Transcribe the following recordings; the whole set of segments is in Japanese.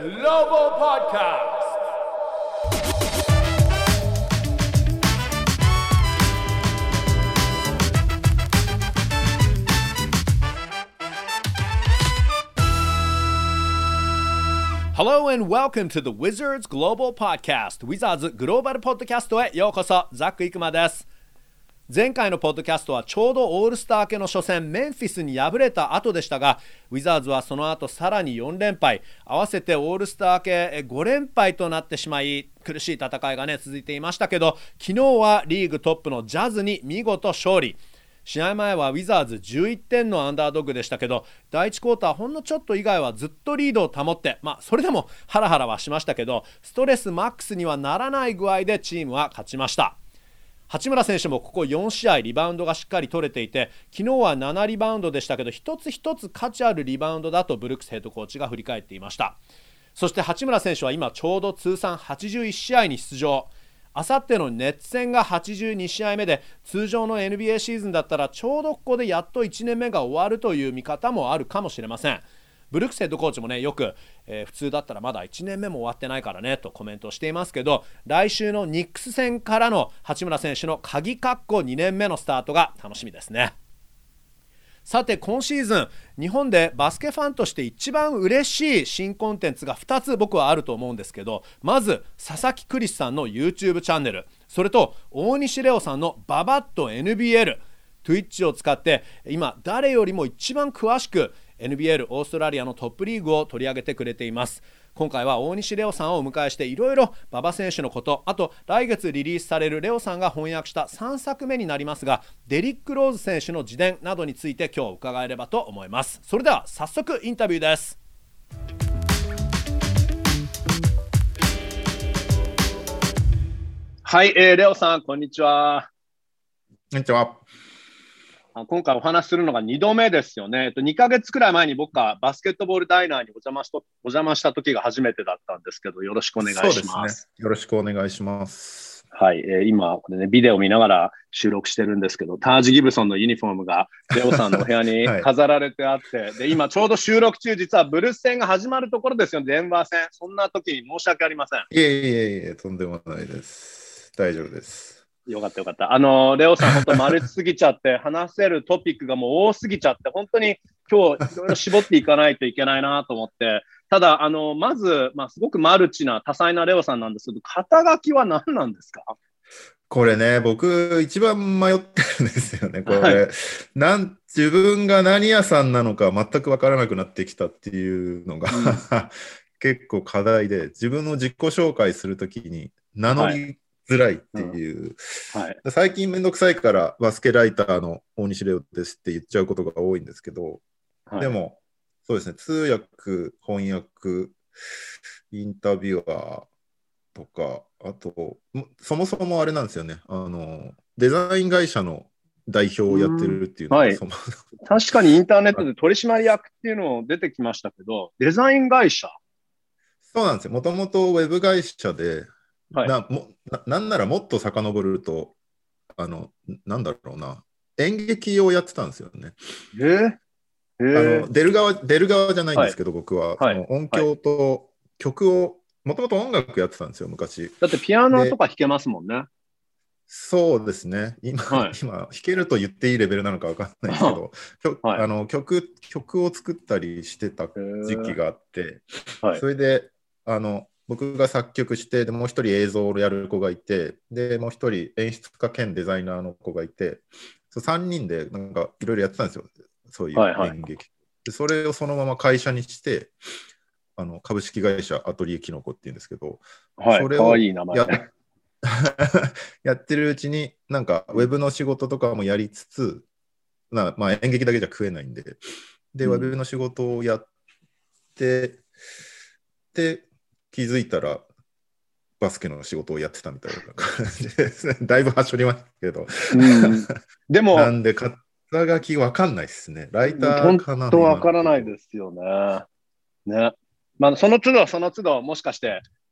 Global Podcast. Hello and welcome to the Wizards Global Podcast. Wizards グローバルポッドキャストへようこそ。ザック・イクマです。前回のポッドキャストはちょうどオールスター明けの初戦メンフィスに敗れた後でしたが、ウィザーズはその後さらに4連敗、合わせてオールスター明け5連敗となってしまい、苦しい戦いが続いていましたけど、昨日はリーグトップのジャズに見事勝利。試合前はウィザーズ11点のアンダードッグでしたけど、第1クォーターほんのちょっと以外はずっとリードを保って、それでもハラハラはしましたけど、ストレスマックスにはならない具合でチームは勝ちました。八村選手もここ4試合リバウンドがしっかり取れていて、昨日は7リバウンドでしたけど、一つ一つ価値あるリバウンドだとブルックスヘッドコーチが振り返っていました。そして八村選手は今ちょうど通算81試合に出場。あさってのネッツ戦が82試合目で、通常の NBA シーズンだったらちょうどここでやっと1年目が終わるという見方もあるかもしれません。ブルックスヘッドコーチもよく、普通だったらまだ1年目も終わってないからねとコメントをしていますけど、来週のニックス戦からの八村選手の鍵括弧2年目のスタートが楽しみですね。さて今シーズン日本でバスケファンとして一番嬉しい新コンテンツが2つ僕はあると思うんですけど、まず佐々木クリスさんの YouTube チャンネル、それと大西レオさんのババッと NBL、 Twitch を使って今誰よりも一番詳しく NBL オーストラリアのトップリーグを取り上げてくれています。今回は大西レオさんをお迎えしていろいろ馬場選手のこと、あと来月リリースされるレオさんが翻訳した3作目になりますがデリック・ローズ選手の自伝などについて今日伺えればと思います。それでは早速インタビューです。はい、レオさんこんにちは。 こんにちは。 今回お話しするのが2度目ですよね。2ヶ月くらい前に僕がバスケットボールダイナーにお邪魔した時が初めてだったんですけど、よろしくお願いします。 そうですね。よろしくお願いします。 はい、今これビデオ見ながら収録してるんですけど、タージ・ギブソンのユニフォームがレオさんのお部屋に飾られてあって、で今ちょうど収録中、実はブルース戦が始まるところですよね、デンバー戦。そんな時に申し訳ありません。 いえ、とんでもないです。大丈夫です。 よかったよかった。レオさん本当マルチすぎちゃって話せるトピックがもう多すぎちゃって、本当に今日いろいろ絞っていかないといけないなと思って、ただまず、すごくマルチな多彩なレオさんなんですけど、肩書きは何なんですか？ これね、僕一番迷ってるんですよね。これ、 はい、 自分が何屋さんなのか全く分からなくなってきたっていうのが、結構課題で、自分の自己紹介するときに名乗りづらいっていう、最近めんどくさいからバスケライターの大西レオですって言っちゃうことが多いんですけど、でもそうですね、通訳、翻訳、インタビュアーとか、あとそもそもあれなんですよね、デザイン会社の代表をやってるっていうのが、 確かにインターネットで取締役っていうの出てきましたけど、デザイン会社？ そうなんですよ。もともとウェブ会社で、なんならもっと遡るとなんだろうな、演劇をやってたんですよね。出る側じゃないんですけど、僕は音響と曲をもともと音楽やってたんですよ、昔。 だってピアノとか弾けますもんね。 そうですね。今弾けると言っていいレベルなのか分かんないですけど、曲を作ったりしてた時期があって、それで僕が作曲して、でもう一人映像をやる子がいて、でもう一人演出家兼デザイナーの子がいて、3人でなんかいろいろやってたんですよ、そういう演劇。でそれをそのまま会社にして、株式会社アトリエキノコっていうんですけど、それをやってるうちに、なんかウェブの仕事とかもやりつつ、演劇だけじゃ食えないんで、ウェブの仕事をやって、で気づいたらバスケの仕事をやってたみたいな感じですね。だいぶはしょりましたけど。 でも、 なんで肩書きわかんないですね。ライターかな。 本当わからないですよね。その都度もしかして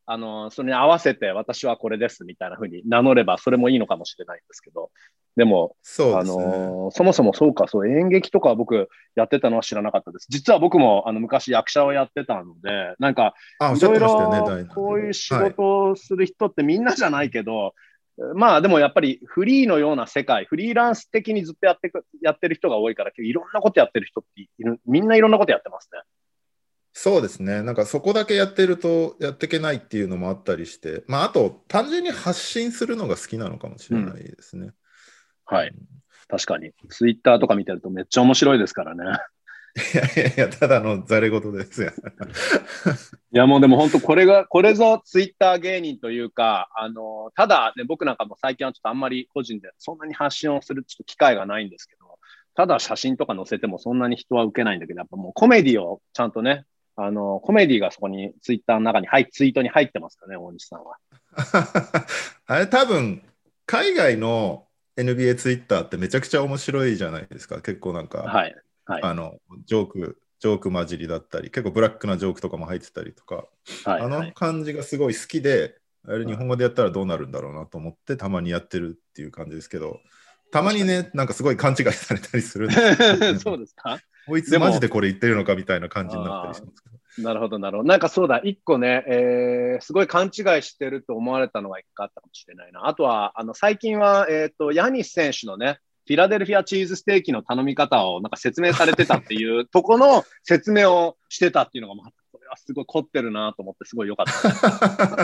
それに合わせて私はこれですみたいな風に名乗ればそれもいいのかもしれないんですけど、でも、 そうですね。 そもそもそうか、そう演劇とか僕やってたのは知らなかったです。実は僕も昔役者をやってたので、なんかあ、おっしゃっいろいてましたよね、 ろダイナで。 こういう仕はい。 事をする人ってみんなじゃないけど、まあでもやっぱりフリーのような世界、フリーランス的にずっとやってる人が多いから、いろんなことやってる人ってみんないろんなことやってますね。 そうですね。なんかそこだけやってるとやっていけないっていうのもあったりして、まああと単純に発信するのが好きなのかもしれないうん。 ですね。うはい。 ん。 確かに。ツイッターとか見てるとめっちゃ面白いですからね。 いやいやいや、ただのざれ言ですよ。 いやもうでも本当これぞツイッター芸人というか、ただね、僕なんかも最近はちょっとあんまり個人でそんなに発信をするちょっと機会がないんですけど、ただ写真とか載せてもそんなに人は受けないんだけど、やっぱもうコメディをちゃんとね、コメディがそこにツイッターの中にツイートに入ってますかね、大西さんは。 あれ多分、海外の NBA ツイッターってめちゃくちゃ面白いじゃないですか。結構なんか、 はい。はい。 ジョーク混じりだったり、結構ブラックなジョークとかも入ってたりとか、 はい。 あのはい。 感じがすごい好きで、あれ日うん、 本語でやったらどうなるんだろうなと思ってたまにやってるっていう感じですけど、たま確かに。 にね、なんかすごい勘違いされたりするんですよね。 そうですか？ こいつでも、 マジでこれ言ってるのかみたいな感じになったりああ、 しますけど。 なるほど、なるほど。なんかそうだ、一個ね、すごい勘違いしてると思われたのが一個あったかもしれないな。あとは、最近は、ヤニス選手のね、フィラデルフィアチーズステーキの頼み方をなんか説明されてたっていうとこの説明をしてたっていうのが、まあ、これはすごい凝ってるなと思ってすごい良かったです。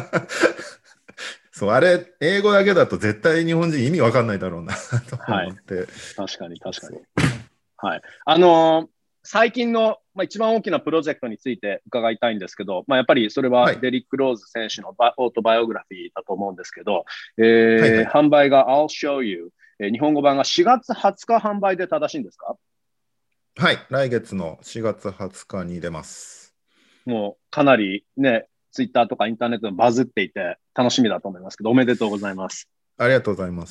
そう、あれ、英語だけだと絶対日本人意味わかんないだろうなとはい。 思って。 確かに、確かに。 そう。 はい。最近の、まあ、一番大きなプロジェクトについて伺いたいんですけど、まあ、やっぱりそれははい。 デリック・ローズ選手のオートバイオグラフィーだと思うんですけど、 はいはい。 販売が I'll Show You、日本語版が4月20日販売で正しいんですか？ はい。来月の4月20日に出ます。 もうかなりね、ツイッターとかインターネットでバズっていて楽しみだと思いますけど、おめでとうございます。 ありがとうございます。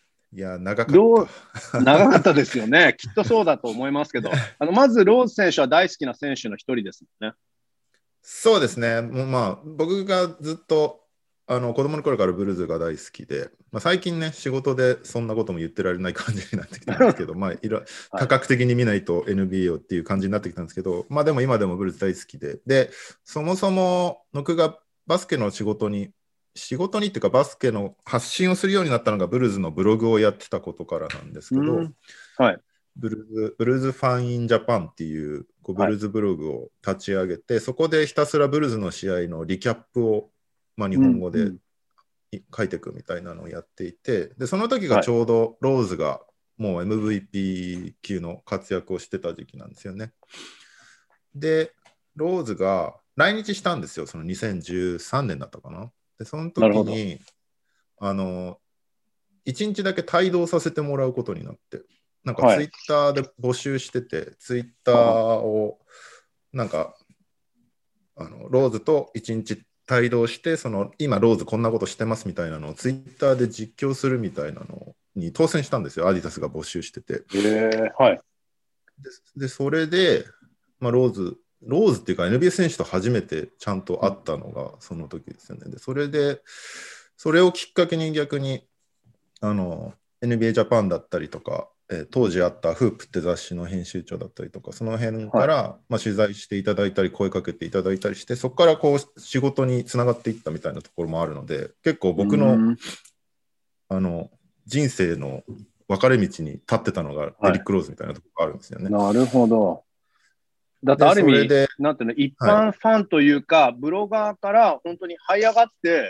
いや、長かった。 長かったですよね。きっとそうだと思いますけど、まずローズ選手は大好きな選手の一人ですもんね。 そうですね。もうまあ、僕がずっと子供の頃からブルーズが大好きで、まあ、最近ね、仕事でそんなことも言ってられない感じになってきたんですけど、まあ、 はい。 多角的に見ないと NBA をっていう感じになってきたんですけど、まあでも今でもブルーズ大好きで、で、そもそも僕がバスケの仕事にっていうかバスケの発信をするようになったのがブルーズのブログをやってたことからなんですけど、 うん。はい。 ブルーズファンインジャパンっていうブはい。 ルーズブログを立ち上げて、そこでひたすらブルーズの試合のリキャップを、まあ、日うん。 本語でうん。 書いていくみたいなのをやっていて、でその時がはい。 ちょうどローズがもう MVP 級の活躍をしてた時期なんですよね。で、ローズが来日したんですよ、その2013年だったかな。で、そのなるほど。 時に、あの、1日だけ帯同させてもらうことになって、なんかツイはい。 ッターで募集してて、ツイッターはは。 をなんかローズと1日帯同して、今、ローズこんなことしてますみたいなのをツイッターで実況するみたいなのに当選したんですよ、アディダスが募集してて。 はい。 でそれで、まあ、ローズっていうか NBA 選手と初めてちゃんと会ったのがその時ですよね。で、それをきっかけに逆にあの NBA ジャパンだったりとか、当時あったフープって雑誌の編集長だったりとか、その辺かはい。 ら、まあ、取材していただいたり声かけていただいたりして、そこからこう仕事につながっていったみたいなところもあるので、結構う僕の、 ん。 あの人生の分かれ道に立ってたのがデリッはい。 ク・ローズみたいなところがあるんですよね。 なるほど。だってで、 ある意味、 それで、 なんていうの、一はい、 般ファンというか、ブロガーから本当に這い上がって、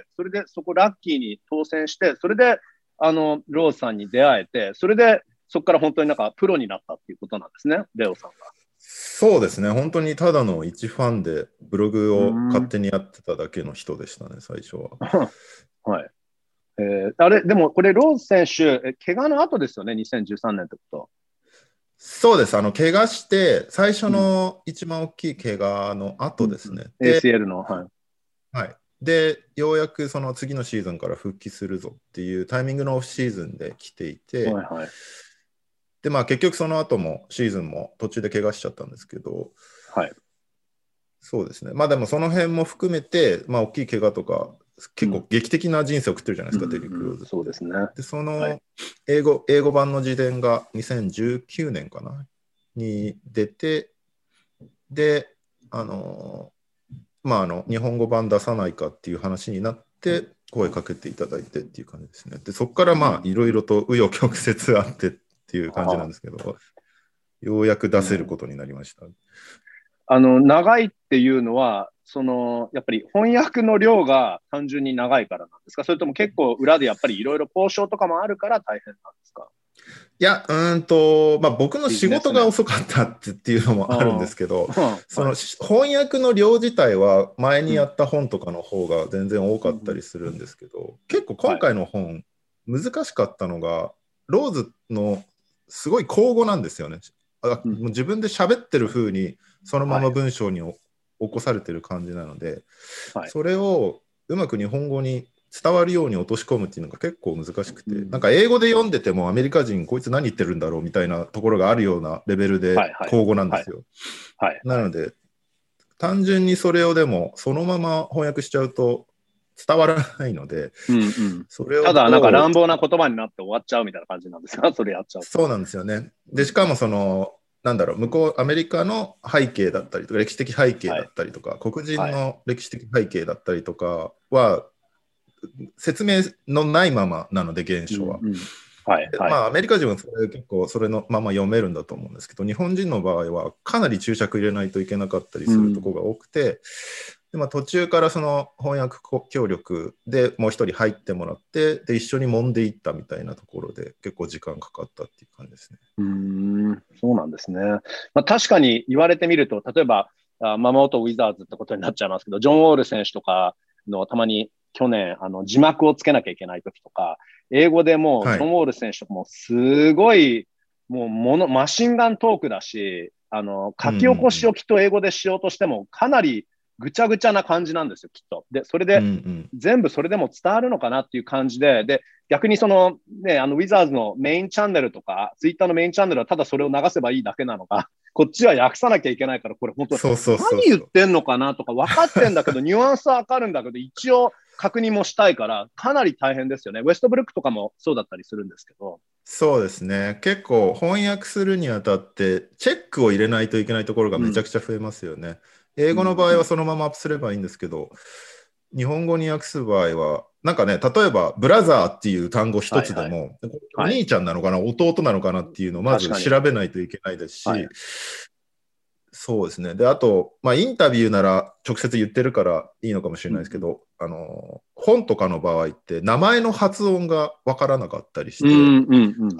それでそこラッキーに当選して、それで、ローズさんに出会えて、それで、そこから本当になんかプロになったっていうことなんですね、レオさんそうですね、本当にただの一ファンでブログが。うを勝ん。 手にやってただけの人でしたね、最初は。 はい。あれ、でもこれ、ローズ選手、怪我の後ですよね、2013年ってこと。 そうです。怪我して、最初うん。 の一番大きい怪我のうん。うん。 後ですね。で、 ACL の、はい。 はい。で、ようやくその次のシーズンから復帰するぞっていうタイミングのオフシーズンで来ていて、 はいはい。 で、まあ結局その後もシーズンも途中で怪我しちゃったんですけど、 はい。 そうですね。まあでもその辺も含めて、まあ大きい怪我とか、結構劇的な人生を送ってるじゃないですか、デリック・ローズって。 そうですね。 で、 はい、 英語版の自伝が2019年かなに出て、で、日本語版出さないかっていう話になって、声かけていただいてっていう感じですね。で、そこからまあいろいろと紆余曲折あってっていう感じなんですけど、ようやく出せることになりました。 長いっていうのは、やっぱり翻訳の量が単純に長いからなんですか？それとも結構裏でやっぱりいろいろ交渉とかもあるから大変なんですか？ いや、まあ、僕の仕事が遅かったっていうのもあるんですけど、翻訳の量自体は前にやった本とかの方が全然多かったりするんですけど、結構今回の本、難しかったのが、ローズのすごい口語なんですよね。もう自分で喋ってる風にそのまま文章に起こされてる感じなので、それをうまく日本語に伝わるように落とし込むっていうのが結構難しくて、なんか英語で読んでてもアメリカ人こいつ何言ってるんだろうみたいなところがあるようなレベルで口語なんですよ。なので単純にそれをでもそのまま翻訳しちゃうと伝わらないので、 それをただなんか乱暴な言葉になって終わっちゃうみたいな感じなんですか？それやっちゃうと。 そうなんですよね。でしかもなんだろう、向こうアメリカの背景だったりとか歴史的背景だったりとか、黒人の歴史的背景だったりとかは、説明のないままなので現象は。まあアメリカ人は結構それのまま読めるんだと思うんですけど、日本人の場合はかなり注釈入れないといけなかったりするところが多くて、で途中からその翻訳協力でもう一人入ってもらって、で一緒に揉んでいったみたいなところで結構時間かかったっていう感じですね。 そうなんですね。まあ、確かに言われてみると、例えばママオとウィザーズってことになっちゃいますけど、ジョン・ウォール選手とかのたまに去年字幕をつけなきゃいけない時とか、英語でもジョン・ウォール選手とかもすごいもうマシンガントークだし、書き起こしをきっと英語でしようとしてもかなりぐちゃぐちゃな感じなんですよ、きっと。で、それで、全部それでも伝わるのかなっていう感じで、で、逆にウィザーズのメインチャンネルとか、ツイッターのメインチャンネルはただそれを流せばいいだけなのが、こっちは訳さなきゃいけないから、これ本当に何言ってんのかなとか分かってんだけど、ニュアンスは分かるんだけど、一応確認もしたいから、かなり大変ですよね。ウェストブルックとかもそうだったりするんですけど。 そうですね。結構翻訳するにあたって、チェックを入れないといけないところがめちゃくちゃ増えますよね。英語の場合はそのままアップすればいいんですけど、日本語に訳す場合は、なんかね、例えば、ブラザーっていう単語一つでも、お兄ちゃんなのかな、弟なのかなっていうのをまず調べないといけないですし、そうですね。で、あと、インタビューなら直接言ってるからいいのかもしれないですけど、本とかの場合って、名前の発音がわからなかったりして、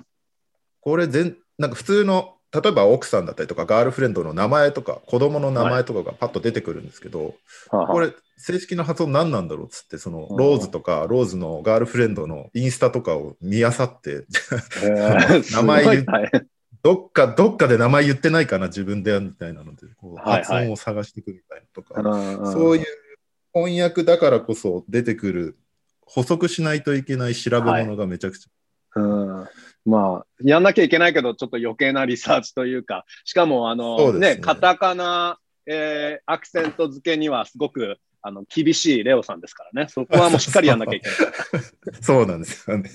これなんか普通の、例えば奥さんだったりとかガールフレンドの名前とか子供の名前とかがパッと出てくるんですけど、これ正式な発音何なんだろうっつって、そのローズとかローズのガールフレンドのインスタとかを見漁って名前どっかで名前言ってないかな自分でみたいなので発音を探していくみたいなとか、そういう翻訳だからこそ出てくる補足しないといけない調べ物がめちゃくちゃ、 まあ、やんなきゃいけないけど、ちょっと余計なリサーチというか、しかも、カタカナ、アクセント付けにはすごく厳しいレオさんですからね、そこはもうしっかりやんなきゃいけない。 そうなんですよね。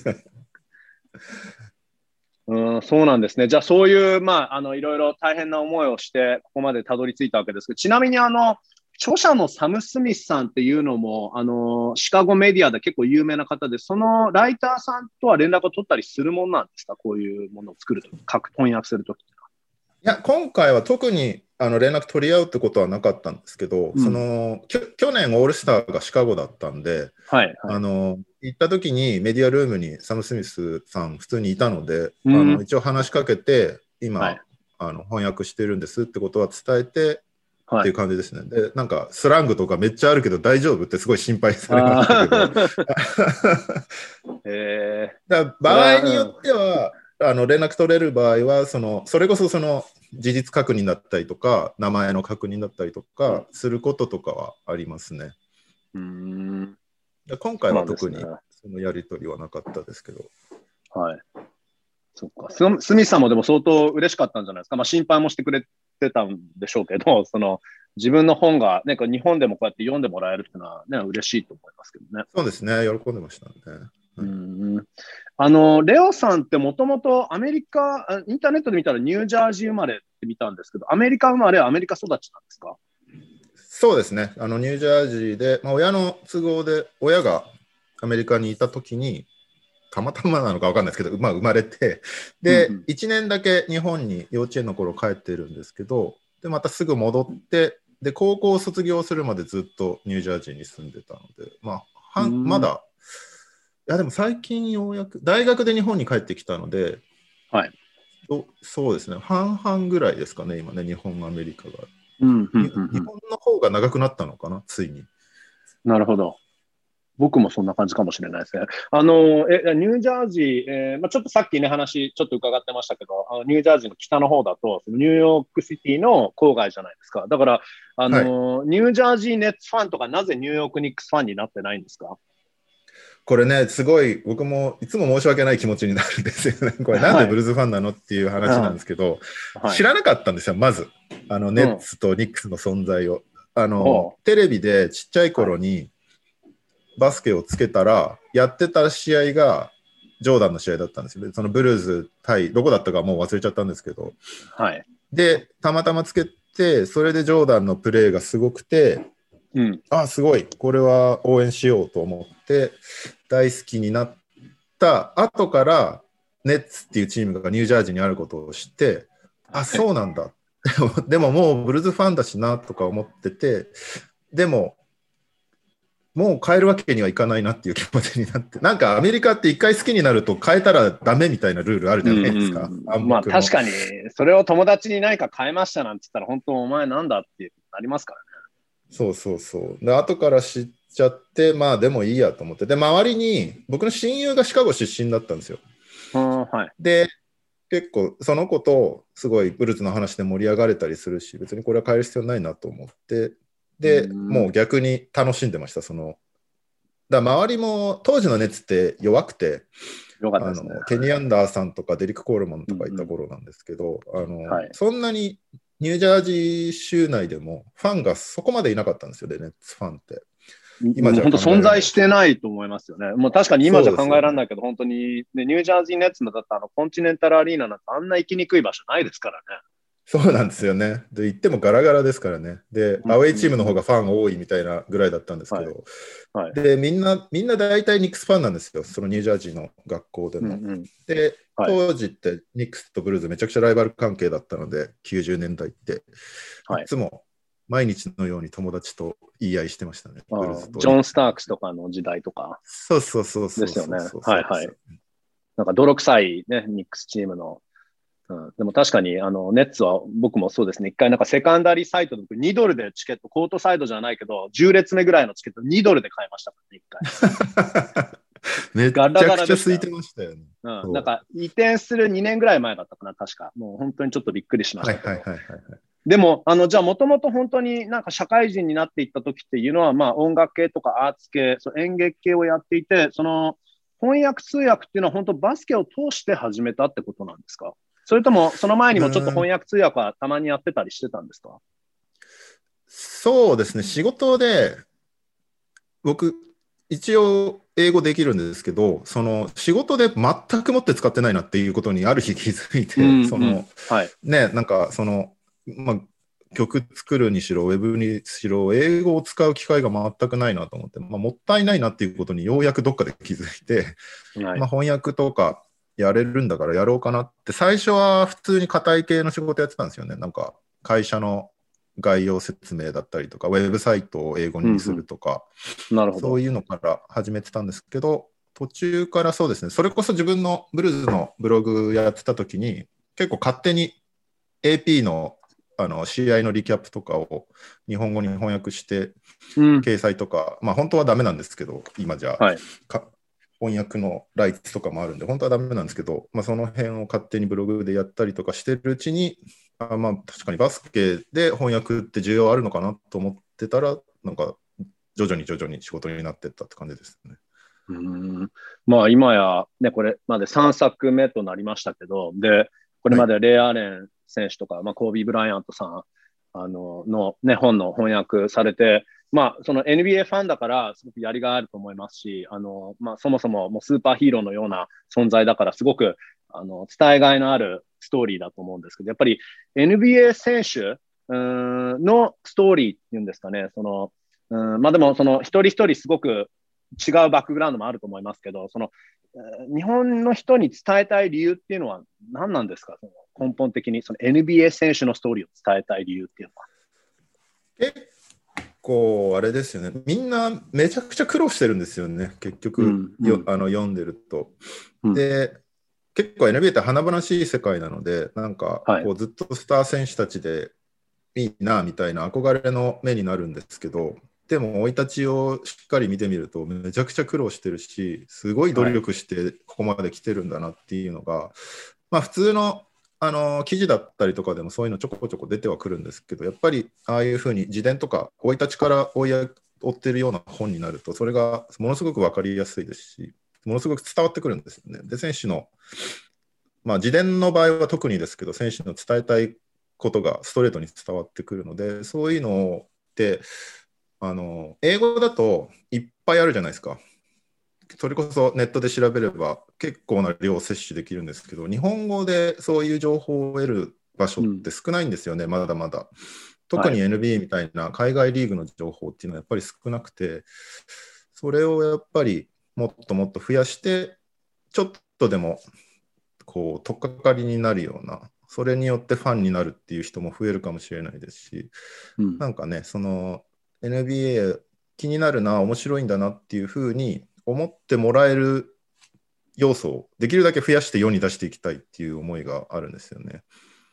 そうなんですね。じゃあ、そういう、いろいろ大変な思いをして、ここまでたどり着いたわけですけど、ちなみに著者のサム・スミスさんっていうのも、シカゴメディアで結構有名な方で、そのライターさんとは連絡を取ったりするもんなんですか？こういうものを作るとき、翻訳するとき。いや、今回は特に連絡取り合うってことはなかったんですけど、去年オールスターがシカゴだったんで、行った時にメディアルームにサム・スミスさん普通にいたので、一応話しかけて、今、翻訳してるんですってことは伝えて、っていう感じですね。で、なんかスラングとかめっちゃあるけど大丈夫ってすごい心配されましたけど。だから場合によっては連絡取れる場合はそれこそ事実確認だったりとか名前の確認だったりとかすることとかはありますね。今回は特にそのやり取りはなかったですけど。 そっか。スミスさんもでも相当嬉しかったんじゃないですか。心配もしてくれってたんでしょうけど、自分の本が、ね、日本でもこうやって読んでもらえるっていうのは、ね、嬉しいと思いますけどね。 そうですね、喜んでましたね。 レオさんってもともとアメリカ、インターネットで見たらニュージャージー生まれって見たんですけど、アメリカ生まれ、アメリカ育ちなんですか？ そうですね、ニュージャージーで、親の都合で、親がアメリカにいたときに、たまたまなのか分かんないですけど、生まれて、で、1年だけ日本に幼稚園の頃帰ってるんですけど、で、またすぐ戻って、で、高校を卒業するまでずっとニュージャージーに住んでたので、まだ、いやでも最近ようやく、大学で日本に帰ってきたので、 はい。 そうですね、半々ぐらいですかね、今ね、日本、アメリカが。日本の方が長くなったのかな、ついに。 なるほど。僕もそんな感じかもしれないですね。ニュージャージー、ちょっとさっきね、話ちょっと伺ってましたけど、ニュージャージーの北の方だと、ニューヨークシティの郊外じゃないですか。だから、ニュージャージーネッツファンとか、なぜニューヨークニックスファンになってないんですか？ これね、すごい、僕もいつも申し訳ない気持ちになるんですよね。これ、なんでブルーズファンなのっていう話なんですけど、知らなかったんですよ、まず。ネッツとニックスの存在を。テレビでちっちゃい頃に、バスケをつけたら、やってた試合がジョーダンの試合だったんですよね。そのブルーズ対どこだったかもう忘れちゃったんですけど。 はい。 で、たまたまつけて、それでジョーダンのプレーがすごくて、すごい、これは応援しようと思って、大好きになった後から、ネッツっていうチームがニュージャージーにあることを知って、そうなんだ。でももうブルーズファンだしなとか思ってて、でも、もう変えるわけにはいかないなっていう気持ちになって、なんかアメリカって一回好きになると変えたらダメみたいなルールあるじゃないですか。 確かに、それを友達に何か変えましたなんて言ったら、本当お前なんだってなりますからね。そう。で、後から知っちゃって、でもいいやと思って。で、周りに、僕の親友がシカゴ出身だったんですよ。で、結構その子とすごいブルーズの話で盛り上がれたりするし、別にこれは変える必要ないなと思って、で、もう逆に楽しんでました。だ周りも当時のネッツって弱くて、ケニー・アンダーさんとかデリック・コールマンとかいた頃なんですけど、そんなにニュージャージー州内でもファンがそこまでいなかったんですよね、ネッツファンって。 今じゃ本当存在してないと思いますよね。もう確かに今じゃ考えられないけど、本当に、ね、ニュージャージーネッツのだったコンチネンタルアリーナなんてあんな行きにくい場所ないですからね。 そうなんですよね。で、行ってもガラガラですからね。で、アウェイチームの方がファン多いみたいなぐらいだったんですけど、で、みんな大体ニックスファンなんですよ、そのニュージャージーの学校でも。で、当時ってニックスとブルーズめちゃくちゃライバル関係だったので、90年代って、いつも毎日のように友達と言い合いしてましたね。ブルーズとジョン・スタークスとかの時代とか。 そう。 ですよね。なんか泥臭いね、ニックスチームの。でも確かにネッツは僕もそうですね、一回なんかセカンダリーサイトで2ドルでチケット、コートサイドじゃないけど、10列目ぐらいのチケット2ドルで買いましたからね、一回。 めちゃくちゃ空いてましたよね。 なんか移転する2年ぐらい前だったかな、確か。もう本当にちょっとびっくりしましたけど。でも、じゃあもともと本当になんか社会人になっていった時っていうのは、音楽系とかアーツ系、演劇系をやっていて、翻訳通訳っていうのは本当バスケを通して始めたってことなんですか？それとも、その前にもちょっと翻訳通訳はたまにやってたりしてたんですか？ そうですね、仕事で、僕、一応英語できるんですけど、仕事で全くもって使ってないなっていうことにある日気づいて、なんか曲作るにしろ、ウェブにしろ、英語を使う機会が全くないなと思って、もったいないなっていうことにようやくどっかで気づいて、翻訳とか、やれるんだからやろうかなって、最初は普通に硬い系の仕事やってたんですよね。なんか会社の概要説明だったりとか、ウェブサイトを英語にするとか、そういうのから始めてたんですけど、途中からそうですね、それこそ自分のブルーズのブログやってた時に、結構勝手に AP の試合のリキャップとかを日本語に翻訳して、掲載とか、本当はダメなんですけど、今じゃ翻訳のライツとかもあるんで、本当はダメなんですけど、その辺を勝手にブログでやったりとかしてるうちに、確かにバスケで翻訳って需要あるのかなと思ってたら、なんか徐々に仕事になっていったって感じですね。 今や、ね、これまで3作目となりましたけど、で、これまでレイ・アレン選手とか、コービー・ブライアントさん、のね、本の翻訳されて、その NBA ファンだからすごくやりがいあると思いますし、そもそももうスーパーヒーローのような存在だからすごく、伝えがいのあるストーリーだと思うんですけど、やっぱり NBA 選手のストーリーっていうんですかね、でもその一人一人すごく違うバックグラウンドもあると思いますけど、日本の人に伝えたい理由っていうのは何なんですか？根本的にその NBA 選手のストーリーを伝えたい理由っていうのは。 結構あれですよね。みんなめちゃくちゃ苦労してるんですよね。結局、読んでると。で、結構 NBA って華々しい世界なので、なんかこうずっとスター選手たちでいいなみたいな憧れの目になるんですけど、でも生い立ちをしっかり見てみるとめちゃくちゃ苦労してるし、すごい努力してここまで来てるんだなっていうのが、普通の記事だったりとかでもそういうのちょこちょこ出てはくるんですけど、やっぱりああいうふうに自伝とか生い立ちから追ってるような本になると、それがものすごく分かりやすいですし、ものすごく伝わってくるんですよね。で、選手の、自伝の場合は特にですけど、選手の伝えたいことがストレートに伝わってくるので、そういうのって英語だといっぱいあるじゃないですか。それこそネットで調べれば結構な量を摂取できるんですけど、日本語でそういう情報を得る場所って少ないんですよね、まだまだ。特に NBA みたいな海外リーグの情報っていうのはやっぱり少なくて、それをやっぱりもっともっと増やして、ちょっとでもこう取っかかりになるような、それによってファンになるっていう人も増えるかもしれないですし、なんかね、その NBA 気になるな、面白いんだなっていうふうに思ってもらえる要素をできるだけ増やして世に出していきたいっていう思いがあるんですよね。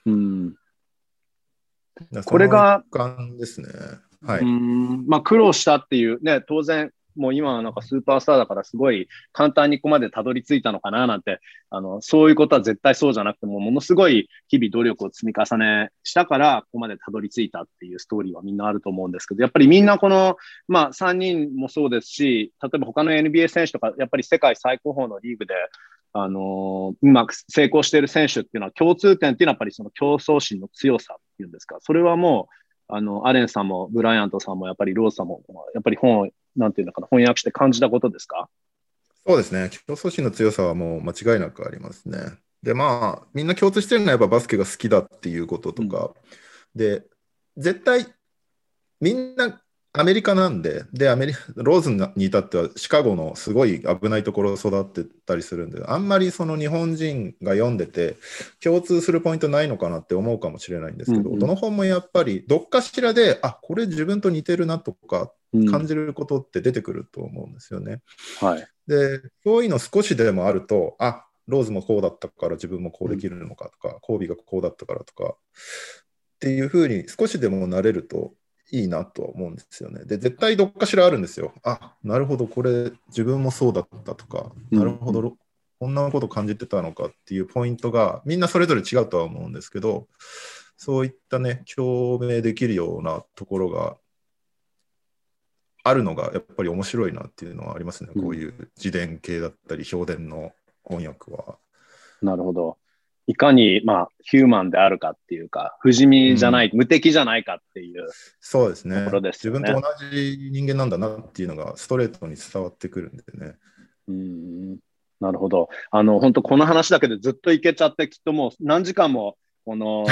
これが一環ですね。 苦労したっていうね、当然もう今はなんかスーパースターだからすごい簡単にここまでたどり着いたのかななんて、そういうことは絶対そうじゃなくても、ものすごい日々努力を積み重ねしたからここまでたどり着いたっていうストーリーはみんなあると思うんですけど、やっぱりみんなこの、3人もそうですし、例えば他の NBA 選手とか、やっぱり世界最高峰のリーグでうまく成功している選手っていうのは、共通点っていうのはやっぱりその競争心の強さっていうんですか、それはもうアレンさんもブライアントさんもやっぱりローズさんもやっぱりなんていうのかな、翻訳して感じたことですか？ そうですね。競争心の強さはもう間違いなくありますね。で、みんな共通してるのはやっぱバスケが好きだっていうこととか、で、絶対みんなアメリカなんで、ローズに至ってはシカゴのすごい危ないところを育ってたりするんで、あんまりその日本人が読んでて共通するポイントないのかなって思うかもしれないんですけど、どの本もやっぱりどっかしらで、これ自分と似てるなとか感じることって出てくると思うんですよね。で、そういうの少しでもあると、ローズもこうだったから自分もこうできるのかとか、コービーがこうだったからとかっていうふうに少しでもなれるといいなとは思うんですよね。で、絶対どっかしらあるんですよ。なるほど、これ自分もそうだったとか、なるほど、こんなこと感じてたのかっていうポイントがみんなそれぞれ違うとは思うんですけど、そういったね、共鳴できるようなところがあるのがやっぱり面白いなっていうのはありますね。こういう自伝系だったり評伝の翻訳は。 なるほど。いかに、ヒューマンであるかっていうか、不死身じゃない、無敵じゃないかっていうそうですね。 ところですよね。 自分と同じ人間なんだなっていうのがストレートに伝わってくるんでね。 なるほど。本当この話だけでずっといけちゃって、きっともう何時間もこの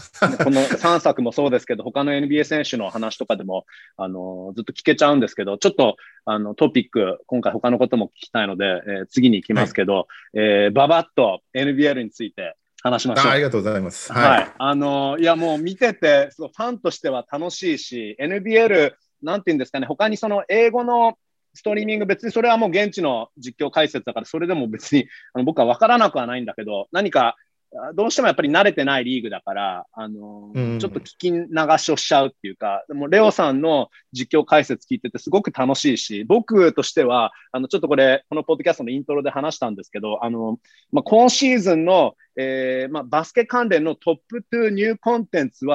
3作もそうですけど、他の NBA 選手の話とかでも、ずっと聞けちゃうんですけど、ちょっとトピック、今回他のことも聞きたいので、次に行きますけど、ババッと NBL について話しましょう。 ありがとうございます。 いやもう見てて、ファンとしては楽しいし、NBL、なんていうんですかね、他にその英語のストリーミング、別にそれはもう現地の実況解説だから、それでも別に僕は分からなくはないんだけど、何かどうしてもやっぱり慣れてないリーグだから、ちょっと聞き流しをしちゃうっていうか、でもレオさんの実況解説聞いててすごく楽しいし、僕としては、ちょっとこのポッドキャストのイントロで話したんですけど、今シーズンの、バスケ関連のトップ2ニューコンテンツはもう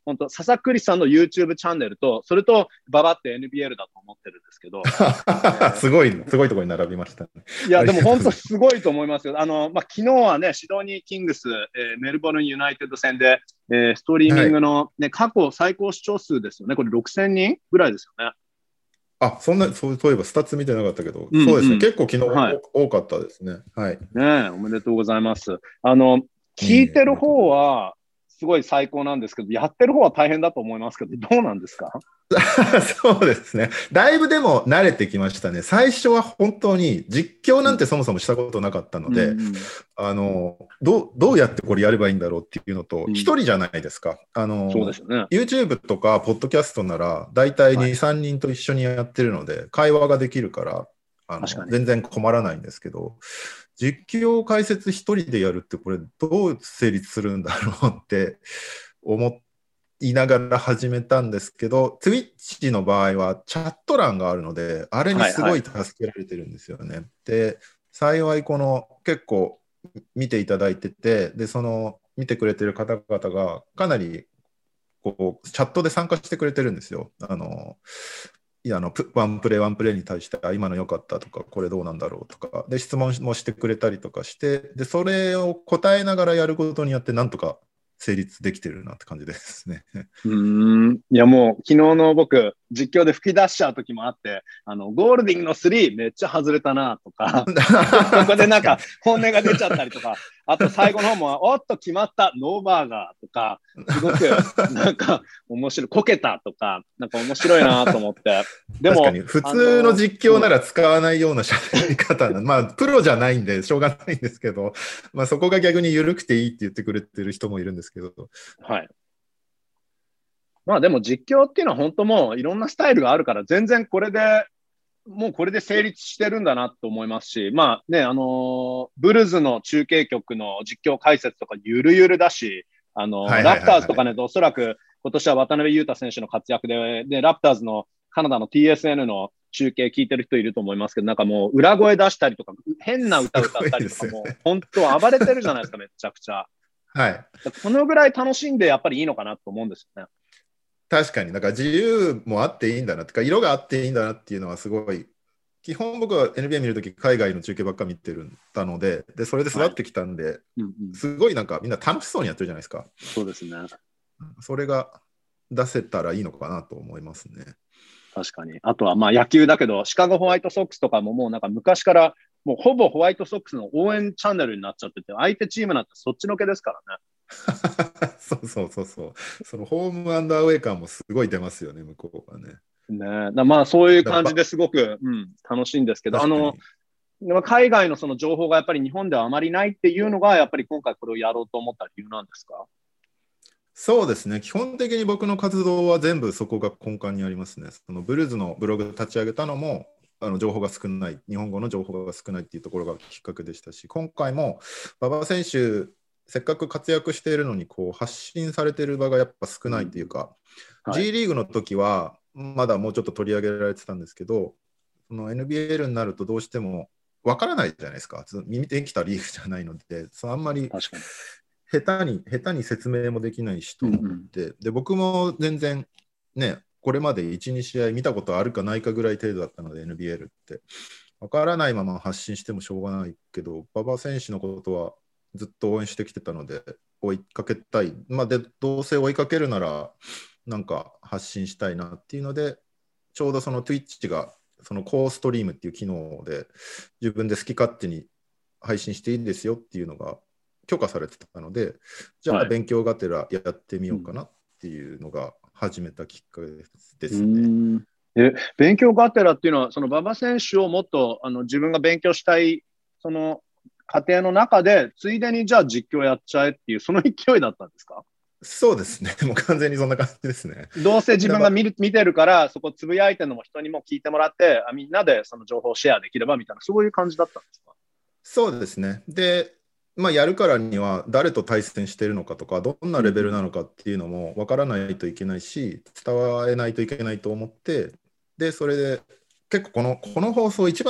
本当佐々木クリスさんの YouTube チャンネルと、それとババって NBL だと思ってるんですけど。 すごいところに並びましたね。 いや、でも本当すごいと思いますよ。昨日はね、シドニー・キングス、メルボルン・ユナイテッド戦で、ストリーミングの、ね、過去最高視聴数ですよね。これ6000人ぐらいですよね。 そういえばスタッツ見てなかったけど、そうですね。結構昨日多かったですね。はい。 ね、おめでとうございます。聞いてる方は、すごい最高なんですけど、やってる方は大変だと思いますけど、どうなんですか？ そうですね。だいぶでも慣れてきましたね。最初は本当に実況なんてそもそもしたことなかったので、どうやってこれやればいいんだろうっていうのと、一人じゃないですか。 そうですよね。 YouTube とかポッドキャストなら、だいたい2、3人と一緒にやってるので、会話ができるから、全然困らないんですけど、実況解説一人でやるってこれどう成立するんだろうって思いながら始めたんですけど、Twitch の場合はチャット欄があるので、あれにすごい助けられてるんですよね。で、幸い結構見ていただいてて、で、見てくれてる方々がかなりチャットで参加してくれてるんですよ。ワンプレーに対して今の良かったとかこれどうなんだろうとかで質問もしてくれたりとかして、でそれを答えながらやることによってなんとか成立できてるなって感じですね。 いやもう昨日の僕実況で吹き出しちゃう時もあって、ゴールディングの3めっちゃ外れたなとかここでなんか本音が出ちゃったりとか、あと最後の方もおっと決まったノーバーガーとか、すごくなんか面白い、こけたとかなんか面白いなと思って。でも確かに普通の実況なら使わないような喋り方まあプロじゃないんでしょうがないんですけど、まあそこが逆に緩くていいって言ってくれてる人もいるんですけど。 はい。まあでも実況っていうのは本当もういろんなスタイルがあるから全然これで成立してるんだなと思いますし、まあね、ブルズの中継局の実況解説とかゆるゆるだし、ラプターズとかね、おそらく今年は渡辺裕太選手の活躍で、ラプターズのカナダの TSN の中継聞いてる人いると思いますけど、なんかもう裏声出したりとか、変な歌歌ったりとかも、本当暴れてるじゃないですか、めちゃくちゃ。 はい。 このぐらい楽しんでやっぱりいいのかなと思うんですよね。 確かに、だから自由もあっていいんだなとか、色があっていいんだなっていうのはすごい、基本僕は NBA 見るとき海外の中継ばっか見てたので、それで育ってきたんで、すごいなんかみんな楽しそうにやってるじゃないですか。 そうですね。 それが出せたらいいのかなと思いますね。 確かに。あとはまあ野球だけど、シカゴホワイトソックスとかももうなんか昔からもうほぼホワイトソックスの応援チャンネルになっちゃってて、相手チームなんてそっちのけですからね。 そう。そのホームアンドアウェイ感もすごい出ますよね、向こうはね。 まあそういう感じですごく、楽しいんですけど、海外のその情報がやっぱり日本ではあまりないっていうのが、やっぱり今回これをやろうと思った理由なんですか？ そうですね。基本的に僕の活動は全部そこが根幹にありますね。そのブルーズのブログ立ち上げたのも、情報が少ない、日本語の情報が少ないっていうところがきっかけでしたし、今回も馬場選手、せっかく活躍しているのに発信されている場がやっぱ少ないというか、G リーグの時はまだもうちょっと取り上げられてたんですけど、その NBL になるとどうしても分からないじゃないですか。見てきたリーグじゃないので、あんまり下手に説明もできないしと思って、で僕も全然ね、これまで 1,2 試合見たことあるかないかぐらい程度だったので NBL って分からないまま発信してもしょうがないけど、馬場選手のことはずっと応援してきてたので追いかけたい、でどうせ追いかけるならなんか発信したいなっていうので、ちょうどその Twitch がそのコーストリームっていう機能で自分で好き勝手に配信していいですよっていうのが許可されてたので、じゃあ勉強がてらやってみようかなっていうのが始めたきっかけですね。 勉強がてらっていうのは、その馬場選手をもっと自分が勉強したいその過程の中で、ついでにじゃあ実況やっちゃえっていうその勢いだったんですか？ そうですね。もう完全にそんな感じですね。 どうせ自分が見てるから、そこつぶやいてるのも人にも聞いてもらって、みんなでその情報をシェアできればみたいな、そういう感じだったんですか？ そうですね。で、やるからには誰と対戦しているのかとか、どんなレベルなのかっていうのも分からないといけないし、伝われないといけないと思って、で、それで結構この放送一番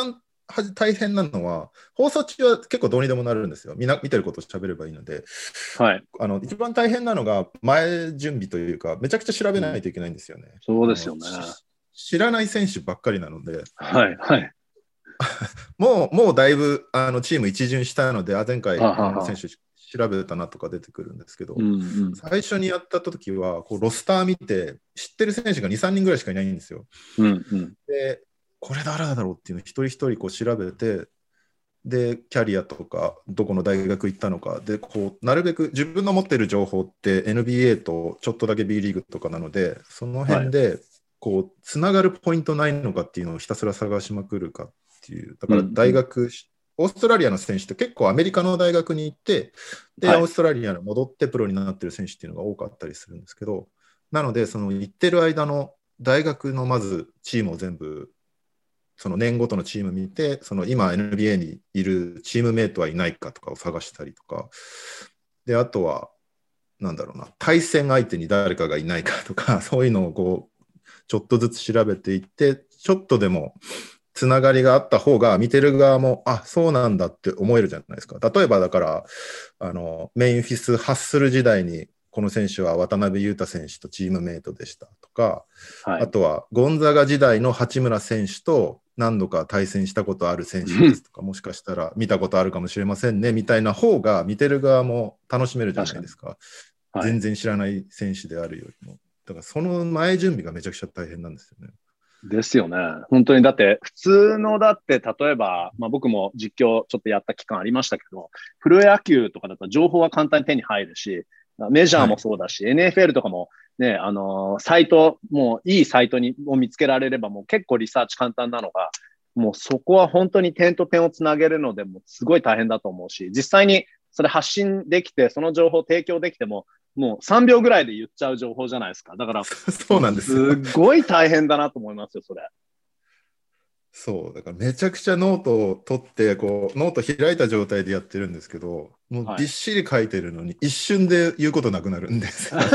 大変なのは、放送中は結構どうにでもなるんですよ。見てることを喋ればいいので、 はい。 一番大変なのが前準備というか、めちゃくちゃ調べないといけないんですよね。 そうですよね。 知らない選手ばっかりなので、 はい、はい。 もうだいぶチーム一巡したので、前回この選手調べたなとか出てくるんですけど、最初にやった時はこうロスター見て、知ってる選手が2、3人ぐらいしかいないんですよ。で、これ誰だろうっていうのを一人一人こう調べて、で、キャリアとか、どこの大学行ったのか、で、こう、なるべく自分の持ってる情報って NBA とちょっとだけ B リーグとかなので、その辺で、こう、つながるポイントないのかっていうのをひたすら探しまくるかっていう。だから大学、オーストラリアの選手って結構アメリカの大学に行って、で、オーストラリアに戻ってプロになってる選手っていうのが多かったりするんですけど、なので、その行ってる間の大学のまずチームを全部、その年ごとのチーム見て、その今 NBA にいるチームメイトはいないかとかを探したりとか、で、あとは、なんだろうな、対戦相手に誰かがいないかとか、そういうのをこう、ちょっとずつ調べていって、ちょっとでもつながりがあった方が、見てる側も、あ、そうなんだって思えるじゃないですか。例えばだから、メンフィス・ハッスル時代に、この選手は渡辺裕太選手とチームメイトでしたとか、あとはゴンザガ時代の八村選手と何度か対戦したことある選手ですとか、もしかしたら見たことあるかもしれませんねみたいな方が見てる側も楽しめるじゃないですか。全然知らない選手であるよりも。だからその前準備がめちゃくちゃ大変なんですよね。 ですよね。本当に、だって、普通のだって、例えば、僕も実況ちょっとやった期間ありましたけど、プロ野球とかだと情報は簡単に手に入るし、メジャーもそうだし、NFL とかもね、サイト、もういいサイトを見つけられれば、もう結構リサーチ簡単なのが、もうそこは本当に点と点をつなげるので、もうすごい大変だと思うし、実際にそれ発信できて、その情報を提供できても、もう3秒ぐらいで言っちゃう情報じゃないですか。だから、 そうなんですよ。 すごい大変だなと思いますよ、それ。 そう、だからめちゃくちゃノートを取って、こう、ノート開いた状態でやってるんですけど、もうびっしり書いてるのに、一瞬で言うことなくなるんですよ、ね。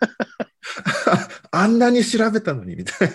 あんなに調べたのに、みたいな。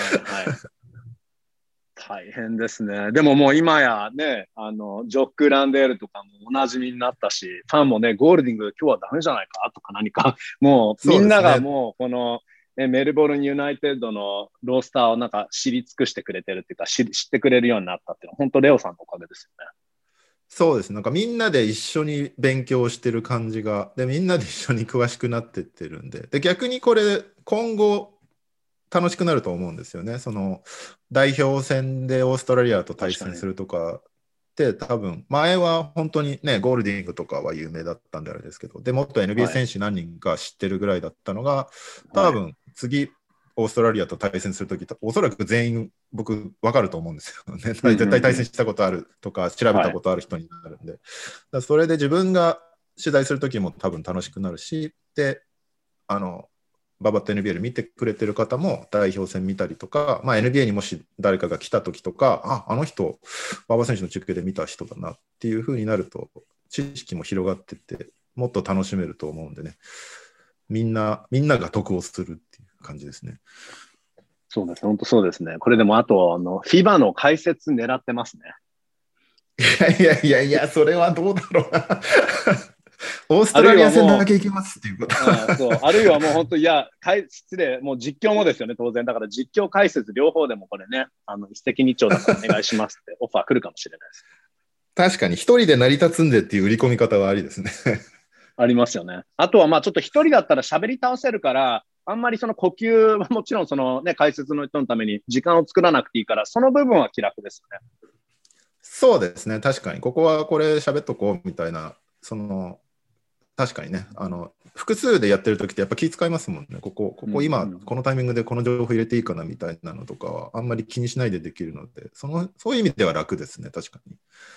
大変ですね。でももう今やね、ジョック・ランデールとかもおなじみになったし、ファンもね、ゴールディング今日はダメじゃないかとか何か、もうみんながもうこの、メルボルン・ユナイテッドのロースターをなんか知り尽くしてくれてるっていうか、知ってくれるようになったっていうのは、本当レオさんのおかげですよね。 そうです。なんかみんなで一緒に勉強してる感じが、で、みんなで一緒に詳しくなってってるんで、逆にこれ、今後、楽しくなると思うんですよね。その代表戦でオーストラリアと対戦するとかって多分前は本当にねゴールディングとかは有名だったんであれですけど、でもっと NBA 選手何人か知ってるぐらいだったのが、多分次オーストラリアと対戦するときおそらく全員僕分かると思うんですよね。絶対対戦したことあるとか調べたことある人になるんで、だそれで自分が取材するときも多分楽しくなるし、でババット NBL 見てくれてる方も代表戦見たりとか、NBA にもし誰かが来た時とか、あの人、馬場選手の中継で見た人だなっていう風になると、知識も広がってって、もっと楽しめると思うんでね、みんなが得をするっていう感じですね。 そうです、本当そうですね。これでもあと、FIBA の解説狙ってますね。 いや、それはどうだろうな。オーストラリア戦だけ行きますっていうこと。 あるいはもう本当、いや、失礼、もう実況もですよね、当然。だから実況解説両方でもこれね、一石二鳥だからお願いしますってオファー来るかもしれないです。 確かに一人で成り立つんでっていう売り込み方はありですね。 ありますよね。あとはちょっと一人だったら喋り倒せるから、あんまりその呼吸はもちろんそのね、解説の人のために時間を作らなくていいから、その部分は気楽ですよね。 そうですね、確かに。ここはこれ喋っとこうみたいな、確かにね、複数でやってる時ってやっぱ気遣いますもんね。ここ今、このタイミングでこの情報入れていいかなみたいなのとかはあんまり気にしないでできるので、そういう意味では楽ですね、確かに。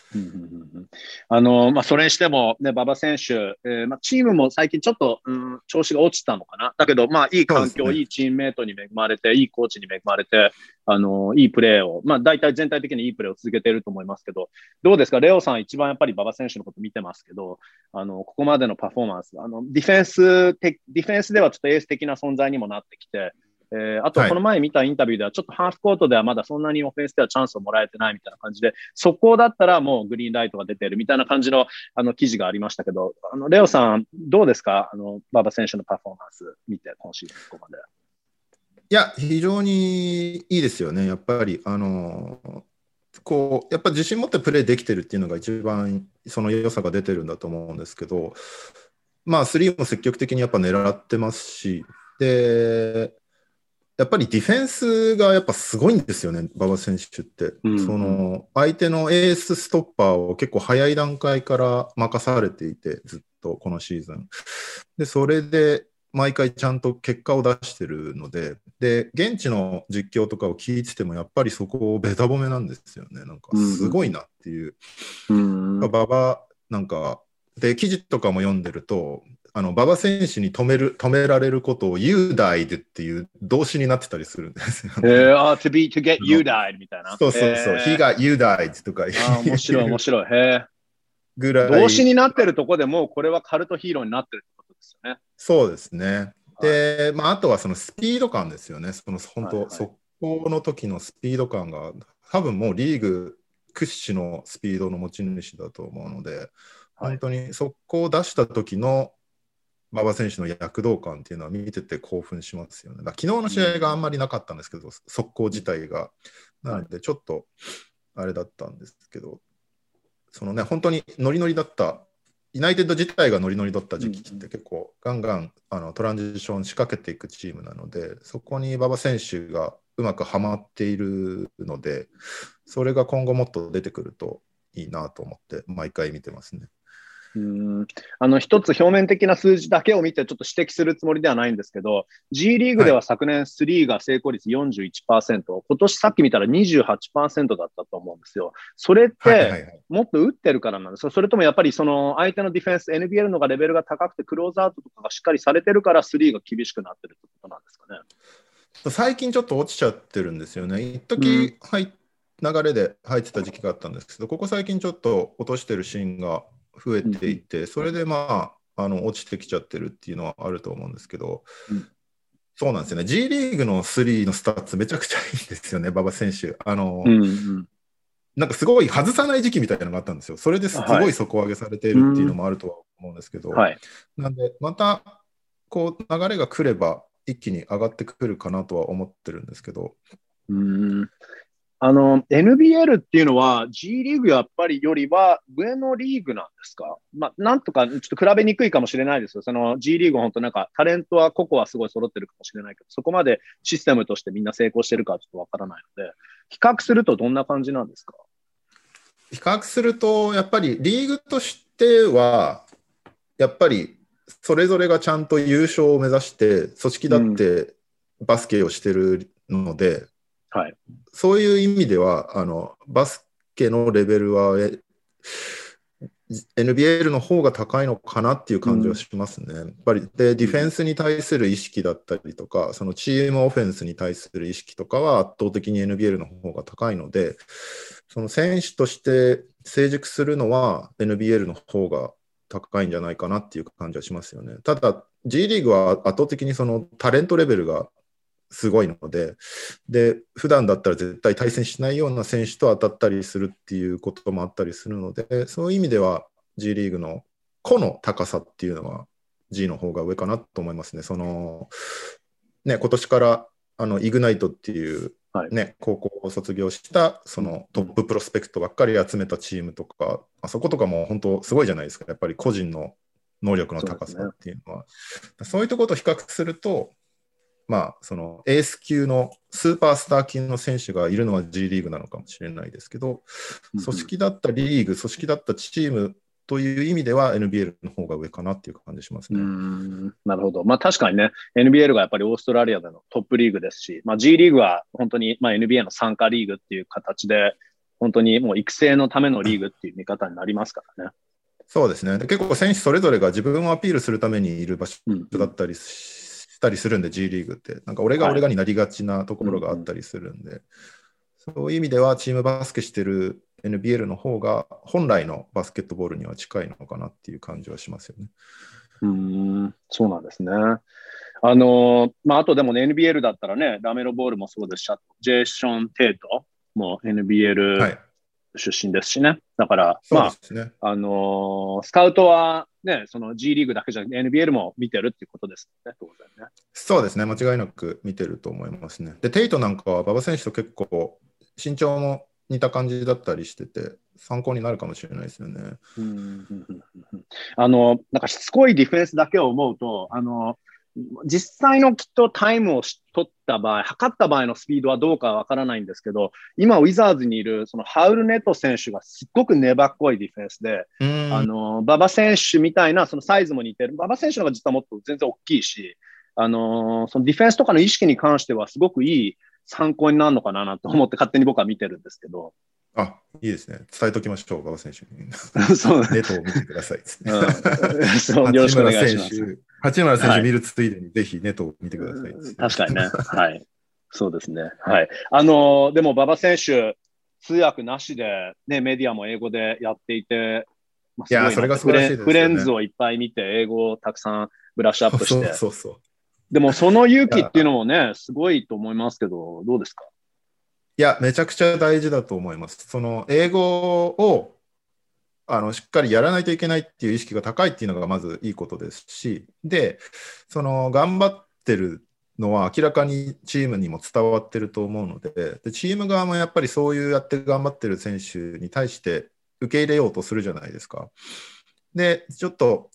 それにしても、ね、馬場選手、チームも最近ちょっと、調子が落ちたのかな。だけど、いい環境、いいチームメイトに恵まれて、いいコーチに恵まれて、いいプレーを、大体全体的にいいプレーを続けていると思いますけど、どうですか、レオさん一番やっぱり馬場選手のこと見てますけど、ここまでのパフォーマンス、ディフェンスではちょっとエース的な存在にもなってきて、 あと、この前見たインタビューでは、ちょっとハーフコートではまだそんなにオフェンスではチャンスをもらえてないみたいな感じで、速攻だったらもうグリーンライトが出てるみたいな感じの記事がありましたけど、レオさん、どうですか馬場選手のパフォーマンス見て、今シーズンここまで。 いや、非常にいいですよね。やっぱり、やっぱ自信持ってプレーできてるっていうのが一番その良さが出てるんだと思うんですけど、まあ、スリーも積極的にやっぱ狙ってますし、で、やっぱりディフェンスがやっぱすごいんですよね、馬場選手って。その相手のエースストッパーを結構早い段階から任されていて、ずっとこのシーズン。で、それで毎回ちゃんと結果を出してるので、で、現地の実況とかを聞いてても、やっぱりそこをベタ褒めなんですよね。なんかすごいなっていう。馬場、なんか、で、記事とかも読んでると、馬場選手に止められることを You died っていう動詞になってたりするんですよね。 to get you died みたいな。 そうそうそう。He got you died とか。 面白い面白い。へぐらい。 動詞になってるとこでもうこれはカルトヒーローになってるってことですよね。 そうですね。で、まあ、あとはそのスピード感ですよね。その本当、速攻の時のスピード感が多分もうリーグ屈指のスピードの持ち主だと思うので、本当に速攻を出した時の馬場選手の躍動感っていうのは見てて興奮しますよね。昨日の試合があんまりなかったんですけど、速攻自体が。なので、ちょっとあれだったんですけど、そのね、本当にノリノリだった、ユナイテッド自体がノリノリだった時期って結構ガンガントランジション仕掛けていくチームなので、そこに馬場選手がうまくはまっているので、それが今後もっと出てくるといいなと思って毎回見てますね。 一つ表面的な数字だけを見てちょっと指摘するつもりではないんですけど、G リーグでは昨年3が成功率 41%、今年さっき見たら 28% だったと思うんですよ。それってもっと打ってるからなんですか？それともやっぱりその相手のディフェンス、NBL のがレベルが高くてクローズアウトとかがしっかりされてるから3が厳しくなってるってことなんですかね。 最近ちょっと落ちちゃってるんですよね。一時流れで入ってた時期があったんですけど、ここ最近ちょっと落としてるシーンが増えていて、それでまあ、落ちてきちゃってるっていうのはあると思うんですけど、そうなんですよね。G リーグの3のスタッツめちゃくちゃいいんですよね、馬場選手。なんかすごい外さない時期みたいなのがあったんですよ。それですごい底上げされているっていうのもあるとは思うんですけど、なんで、またこう流れが来れば一気に上がってくるかなとは思ってるんですけど。 NBL っていうのは G リーグやっぱりよりは上のリーグなんですか？まあ、なんとかちょっと比べにくいかもしれないですよ。その G リーグ本当なんかタレントは個々はすごい揃ってるかもしれないけど、そこまでシステムとしてみんな成功してるかちょっとわからないので、比較するとどんな感じなんですか？ 比較するとやっぱりリーグとしてはやっぱりそれぞれがちゃんと優勝を目指して組織だってバスケをしてるので、そういう意味ではバスケのレベルはNBL の方が高いのかなっていう感じはしますね。やっぱりでディフェンスに対する意識だったりとか、そのチームオフェンスに対する意識とかは圧倒的に NBL の方が高いので、その選手として成熟するのは NBL の方が高いんじゃないかなっていう感じはしますよね。ただ G リーグは圧倒的にそのタレントレベルがすごいので、普段だったら絶対対戦しないような選手と当たったりするっていうこともあったりするので、そういう意味では G リーグの個の高さっていうのは G の方が上かなと思いますね。そのね、今年からイグナイトっていうね、高校を卒業したそのトッププロスペクトばっかり集めたチームとか、あそことかも本当すごいじゃないですか。やっぱり個人の能力の高さっていうのは。そういうところと比較すると、まあ、そのエース級のスーパースター級の選手がいるのは G リーグなのかもしれないですけど、組織だったリーグ、組織だったチームという意味では NBL の方が上かなっていう感じしますね。 なるほど。まあ確かにね、NBL がやっぱりオーストラリアでのトップリーグですし、まあ、G リーグは本当にまあ NBA の参加リーグっていう形で、本当にもう育成のためのリーグっていう見方になりますからね。 そうですね。結構選手それぞれが自分をアピールするためにいる場所だったりしたりするんで、G リーグって。なんか俺がになりがちなところがあったりするんで、そういう意味ではチームバスケしてる NBL の方が本来のバスケットボールには近いのかなっていう感じはしますよね。 そうなんですね。 あとでもね、NBL だったらね、ラメロボールもそうですし、ジェイション・テイトも NBL 出身ですしね。だから、 そうですね。 スカウトはね、その G リーグだけじゃなくて NBL も見てるっていうことですね、当然ね。 そうですね、間違いなく見てると思いますね。で、テイトなんかは馬場選手と結構身長も似た感じだったりしてて、参考になるかもしれないですよね。 なんかしつこいディフェンスだけを思うと、実際のきっとタイムを取った場合、測った場合のスピードはどうかわからないんですけど、今、ウィザーズにいるそのハウルネット選手がすっごく粘っこいディフェンスで、馬場選手みたいなそのサイズも似てる。馬場選手の方が実はもっと全然大きいし、そのディフェンスとかの意識に関してはすごくいい参考になるのかなと思って勝手に僕は見てるんですけど。 あ、いいですね。伝えときましょう、馬場選手に。 そうネットを見てください。 そう、よろしくお願いします。 八村選手見るついでに、ぜひネットを見てください。 確かにね。はい。そうですね。はい。でも馬場選手、通訳なしで、ね、メディアも英語でやっていて、 いや、それが素晴らしいですよね。 フレンズをいっぱい見て、英語をたくさんブラッシュアップして。 そう。 でも、その勇気っていうのもね、すごいと思いますけど、どうですか？ いや、めちゃくちゃ大事だと思います。その英語をしっかりやらないといけないっていう意識が高いっていうのがまずいいことですし、で、その頑張ってるのは明らかにチームにも伝わってると思うので、チーム側もやっぱりそういうやって頑張ってる選手に対して受け入れようとするじゃないですか。で、ちょっと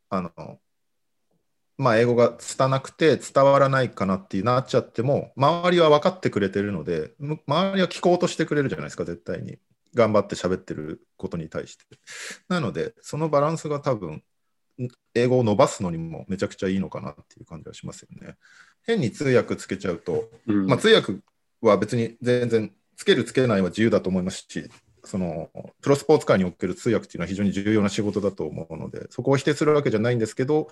英語が拙くて伝わらないかなってなっちゃっても、周りは分かってくれてるので、周りは聞こうとしてくれるじゃないですか、絶対に。頑張って喋ってることに対して。なので、そのバランスが多分、英語を伸ばすのにもめちゃくちゃいいのかなっていう感じはしますよね。変に通訳つけちゃうと、通訳は別に全然つけるつけないは自由だと思いますし、そのプロスポーツ界における通訳っていうのは非常に重要な仕事だと思うので、そこを否定するわけじゃないんですけど、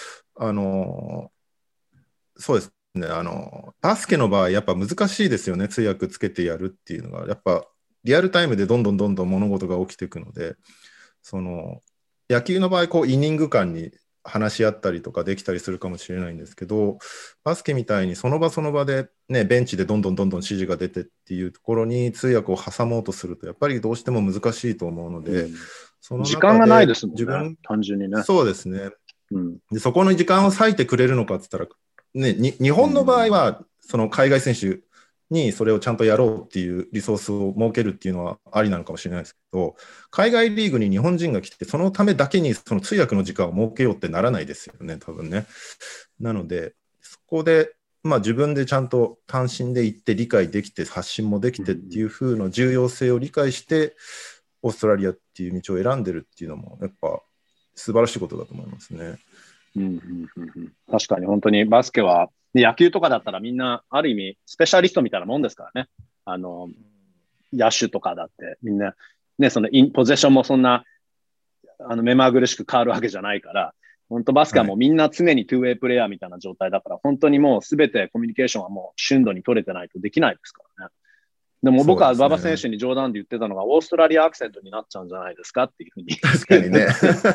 そうですね、バスケの場合、やっぱ難しいですよね、通訳つけてやるっていうのが、やっぱリアルタイムでどんどん物事が起きていくので、その野球の場合、イニング間に話し合ったりとかできたりするかもしれないんですけど、バスケみたいにその場その場で、ね、ベンチでどんどん指示が出てっていうところに通訳を挟もうとすると、やっぱりどうしても難しいと思うので、 その時間がないですもんね、単純にね。 そうですね。でそこの時間を割いてくれるのかって言ったら、ね、日本の場合は、その海外選手にそれをちゃんとやろうっていうリソースを設けるっていうのはありなのかもしれないですけど、海外リーグに日本人が来て、そのためだけにその通訳の時間を設けようってならないですよね、多分ね。なので、そこで、自分でちゃんと単身で行って理解できて、発信もできてっていう風の重要性を理解して、オーストラリアっていう道を選んでるっていうのも、やっぱ素晴らしいことだと思いますね。 確かに本当にバスケは、野球とかだったらみんなある意味スペシャリストみたいなもんですからね。野手とかだってみんな、ね、そのポゼッションもそんな目まぐるしく変わるわけじゃないから、本当バスケはもうみんな常にトゥーウェイプレイヤーみたいな状態だから、本当にもうすべてコミュニケーションはもう瞬度に取れてないとできないですからね。でも僕は馬場選手に冗談で言ってたのが、オーストラリアアクセントになっちゃうんじゃないですかっていうふうに。 確かにね。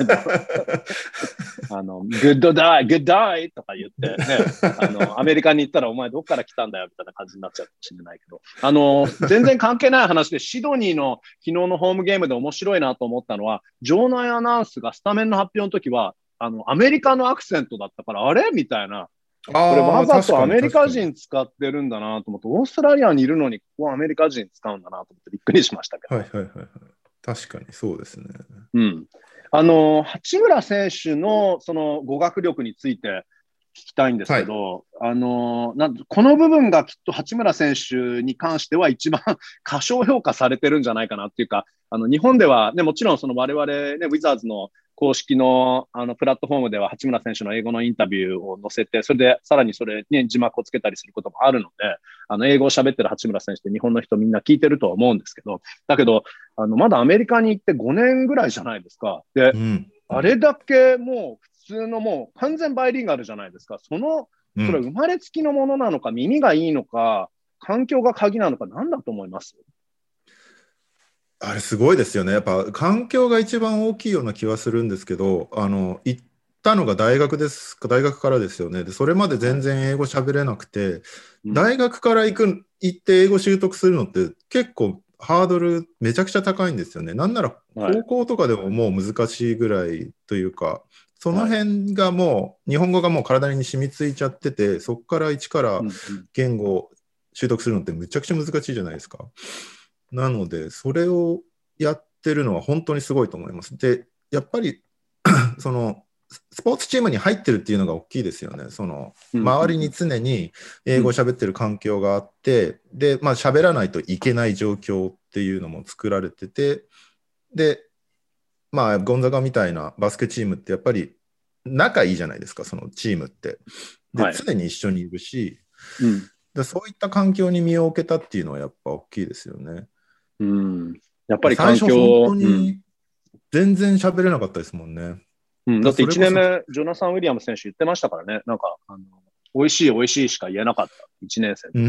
グッドダイ、グッドダイとか言ってね、アメリカに行ったらお前どっから来たんだよみたいな感じになっちゃうかもしれないけど、全然関係ない話で、シドニーの昨日のホームゲームで面白いなと思ったのは、場内アナウンスがスタメンの発表の時は、アメリカのアクセントだったから、あれみたいな。これわざとアメリカ人使ってるんだなと思って、オーストラリアにいるのにここはアメリカ人使うんだなと思ってびっくりしましたけど。 確かにそうですね。 八村選手のその語学力について聞きたいんですけど、この部分がきっと八村選手に関しては一番過小評価されてるんじゃないかなっていうか、日本では、ね、もちろんその我々、ね、ウィザーズの公式のプラットフォームでは八村選手の英語のインタビューを載せて、それでさらにそれに字幕をつけたりすることもあるので、英語を喋ってる八村選手って日本の人みんな聞いてるとは思うんですけど、だけど、まだアメリカに行って5年ぐらいじゃないですか。で、あれだけもう普通のもう完全バイリンガルじゃないですか。それ生まれつきのものなのか、耳がいいのか、環境が鍵なのか、何だと思います？ あれすごいですよね。やっぱ環境が一番大きいような気はするんですけど、行ったのが大学からですよね。で、それまで全然英語喋れなくて、大学から行って英語習得するのって結構ハードルめちゃくちゃ高いんですよね。なんなら高校とかでももう難しいぐらいというか、その辺がもう日本語がもう体に染みついちゃってて、そこから一から言語を習得するのってむちゃくちゃ難しいじゃないですか。なのでそれをやってるのは本当にすごいと思います。で、やっぱりそのスポーツチームに入ってるっていうのが大きいですよね。その周りに常に英語を喋ってる環境があって、で、まあ喋らないといけない状況っていうのも作られてて、で、まあゴンザガみたいなバスケチームってやっぱり仲いいじゃないですか、そのチームって。で、常に一緒にいるし、でそういった環境に身を置けたっていうのはやっぱ大きいですよね。 やっぱり環境、 最初本当に全然喋れなかったですもんね。 だって1年目、ジョナサン・ウィリアム選手言ってましたからね。なんか、美味しい美味しいしか言えなかった。1年生。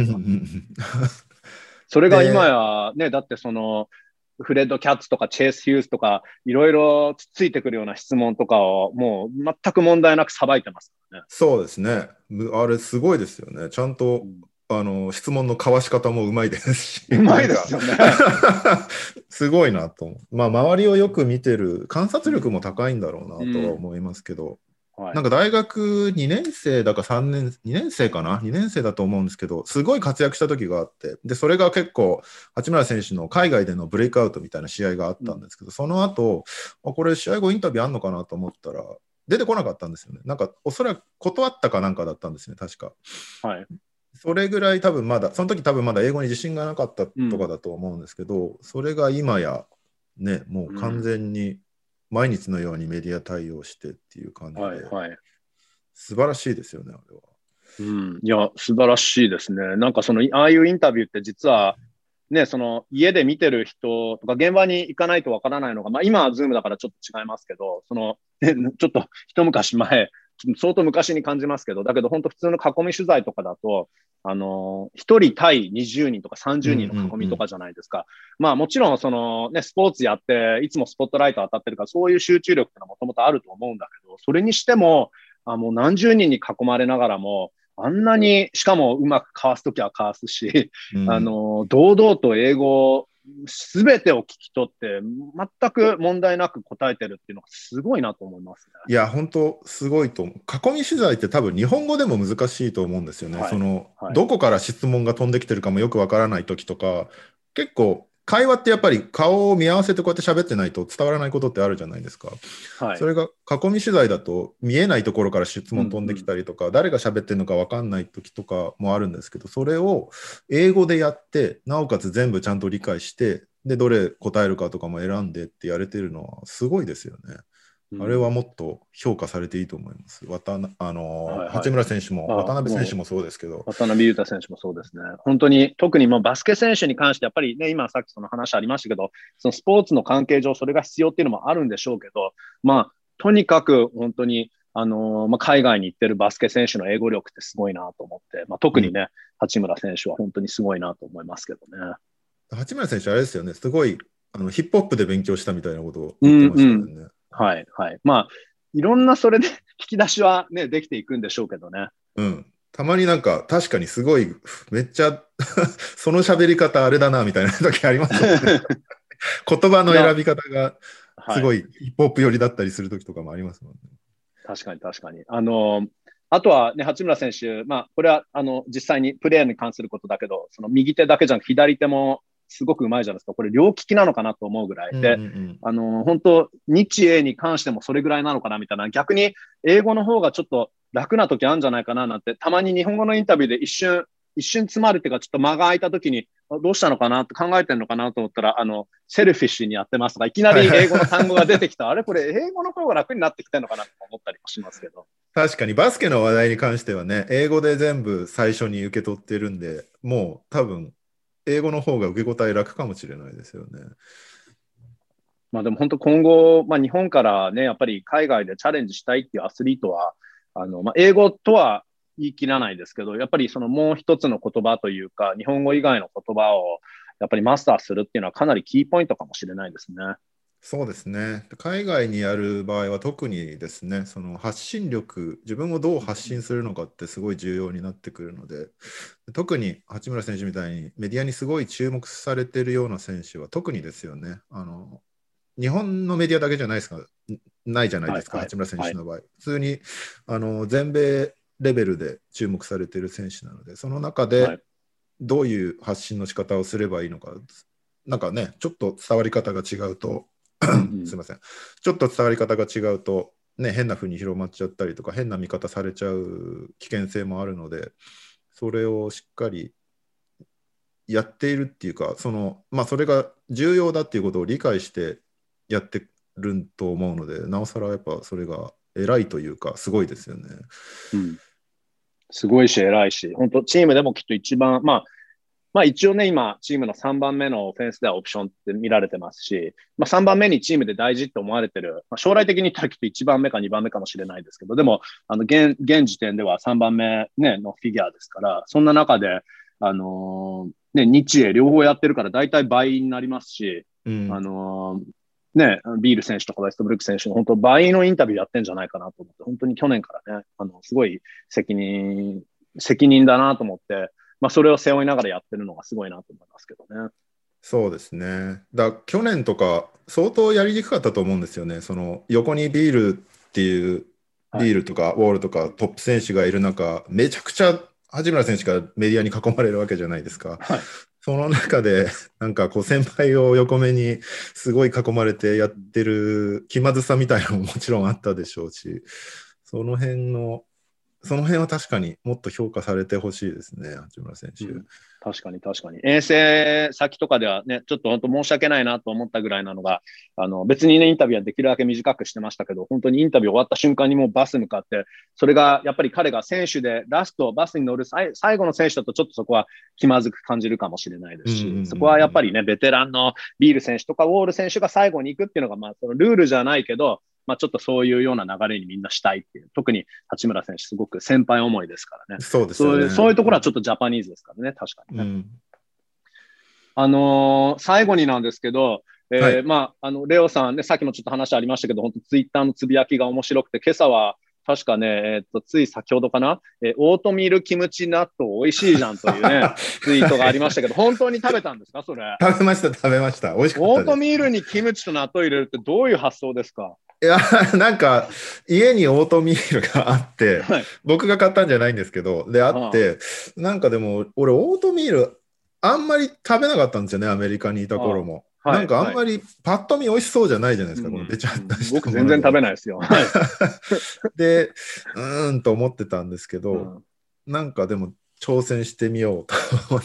それが今や、ね、だってその、フレッド・キャッツとかチェイス・ヒューズとか、いろいろついてくるような質問とかを、もう全く問題なくさばいてますからね。 そうですね。あれすごいですよね。ちゃんと、質問の交わし方もうまいですし。 うまいですよね。 すごいなと思う。まあ、周りをよく見てる、観察力も高いんだろうなとは思いますけど、なんか大学2年生だか2年生かな ?2 年生だと思うんですけど、すごい活躍した時があって、で、それが結構、八村選手の海外でのブレイクアウトみたいな試合があったんですけど、その後、これ試合後インタビューあんのかなと思ったら、出てこなかったんですよね。なんか、おそらく断ったかなんかだったんですね、確か。それぐらい多分まだ、その時多分まだ英語に自信がなかったとかだと思うんですけど、それが今や、ね、もう完全に毎日のようにメディア対応してっていう感じで、素晴らしいですよね、あれは。 いや、素晴らしいですね。なんかああいうインタビューって実は、ね、家で見てる人とか、現場に行かないとわからないのが、まあ今はズームだからちょっと違いますけど、ちょっと一昔前、相当昔に感じますけど、だけど本当普通の囲み取材とかだと、1人対20人とか30人の囲みとかじゃないですか。まあもちろんスポーツやって、いつもスポットライト当たってるから、そういう集中力ってのはもともとあると思うんだけど、それにしても、もう何十人に囲まれながらも、あんなに、しかもうまくかわすときはかわすし、堂々と英語すべてを聞き取って、全く問題なく答えてるっていうのがすごいなと思いますね。 いや、本当すごいと思う。囲み取材って多分日本語でも難しいと思うんですよね。どこから質問が飛んできてるかもよくわからないときとか、結構会話ってやっぱり顔を見合わせてこうやって喋ってないと伝わらないことってあるじゃないですか。それが囲み取材だと見えないところから質問飛んできたりとか、誰が喋ってるのかわかんないときとかもあるんですけど、それを英語でやって、なおかつ全部ちゃんと理解して、で、どれ答えるかとかも選んでってやれてるのはすごいですよね。あれはもっと評価されていいと思います。八村選手も渡辺選手もそうですけど。 渡辺裕太選手もそうですね。本当に、特にバスケ選手に関して、やっぱりね、今さっきその話ありましたけど、そのスポーツの関係上、それが必要っていうのもあるんでしょうけど、まあ、とにかく本当に、海外に行ってるバスケ選手の英語力ってすごいなと思って、特にね、八村選手は本当にすごいなと思いますけどね。 八村選手、あれですよね、すごいヒップホップで勉強したみたいなことを言ってましたよね。 はいはい。まあ、いろんなそれで引き出しはね、できていくんでしょうけどね。 たまになんか、確かにすごい、めっちゃその喋り方あれだな、みたいな時ありますよね。言葉の選び方がすごいヒップホップ寄りだったりする時とかもありますもんね。 確かに確かに。あとはね、八村選手、これは実際にプレーに関することだけど、その右手だけじゃなく左手もすごくうまいじゃないですか。これ両利きなのかなと思うぐらいで、本当日英に関してもそれぐらいなのかなみたいな、逆に英語の方がちょっと楽な時あるんじゃないかななんて、たまに日本語のインタビューで一瞬詰まるっていうか、ちょっと間が空いた時にどうしたのかなって考えてるのかなと思ったら、セルフィッシュにやってますが、いきなり英語の単語が出てきた。あれこれ英語の方が楽になってきてるのかなと思ったりもしますけど。 確かにバスケの話題に関してはね、英語で全部最初に受け取ってるんで、もう多分英語の方が受け答え楽かもしれないですよね。 でも本当今後、日本からね、やっぱり海外でチャレンジしたいっていうアスリートは、英語とは言い切らないですけど、やっぱりそのもう一つの言葉というか、日本語以外の言葉をやっぱりマスターするっていうのはかなりキーポイントかもしれないですね。 そうですね。海外にやる場合は特にですね、その発信力、自分をどう発信するのかってすごい重要になってくるので、特に八村選手みたいにメディアにすごい注目されているような選手は特にですよね。日本のメディアだけじゃないですか、ないじゃないですか、 はい八村選はい手の場合。普通に全米レベルで注目されている選手なので、その中ではい。 どういう発信の仕方をすればいいのか、なんかね、ちょっと伝わり方が違うと、 うんすいません、ちょっと伝わり方が違うと、ね、変な風に広まっちゃったりとか、変な見方されちゃう危険性もあるので、それをしっかりやっているっていうか、それが重要だっていうことを理解してやってると思うので、なおさらやっぱそれが偉いというか、すごいですよね。 うん。すごいし、偉いし、本当チームでもきっと一番、まあ一応ね、今、チームの3番目のオフェンスではオプションって見られてますし、まあ3番目にチームで大事って思われてる、まあ、将来的に言ったらきっと1番目か2番目かもしれないですけど、でも、現時点では3番目、ね、のフィギュアですから、そんな中で、日英両方やってるから大体倍になりますし、 うん、 ビール選手とかウェストブルック選手の本当倍のインタビューやってんじゃないかなと思って、本当に去年からね、すごい責任だなと思って、まあ、それを背負いながらやってるのがすごいなと思いますけどね。 そうですね。去年とか相当やりにくかったと思うんですよね。その横にビールっていうビールとかウォールとかトップ選手がいる中、めちゃくちゃ八村選手がメディアに囲まれるわけじゃないですか。 はい、 その中でなんかこう先輩を横目にすごい囲まれてやってる気まずさみたいなのももちろんあったでしょうし、その辺は確かにもっと評価されてほしいですね、八村選手。 確かに確かに。遠征先とかではね、ちょっと本当申し訳ないなと思ったぐらいなのが、別にね、インタビューはできるだけ短くしてましたけど、本当にインタビュー終わった瞬間にもうバス向かって、それがやっぱり彼が選手でバスに乗る最後の選手だとちょっとそこは気まずく感じるかもしれないですし、そこはやっぱりね、ベテランのビール選手とかウォール選手が最後に行くっていうのが、まあ、そのルールじゃないけど、まあ、ちょっとそういうような流れにみんなしたいっていう、特に八村選手、すごく先輩思いですからね。 そうですよね。 そういうところはちょっとジャパニーズですからね、確かにね。最後になんですけど、まあ、レオさんね、さっきもちょっと話ありましたけど、本当ツイッターのつぶやきが面白くて、今朝は確かね、つい先ほどかな、オートミールキムチ納豆美味しいじゃんというね、ツイートがありましたけど、本当に食べたんですか、それ。 食べました。美味しかったです。 オートミールにキムチと納豆入れるってどういう発想ですか？ いや、なんか、家にオートミールがあって、 はい、 僕が買ったんじゃないんですけど、で、あって、なんかでも、俺、オートミール、あんまり食べなかったんですよね、アメリカにいた頃も。なんかあんまりパッと見美味しそうじゃないじゃないですか、このべちゃっとした僕全然食べないですよ。 で、と思ってたんですけど、なんかでも挑戦してみようと思って、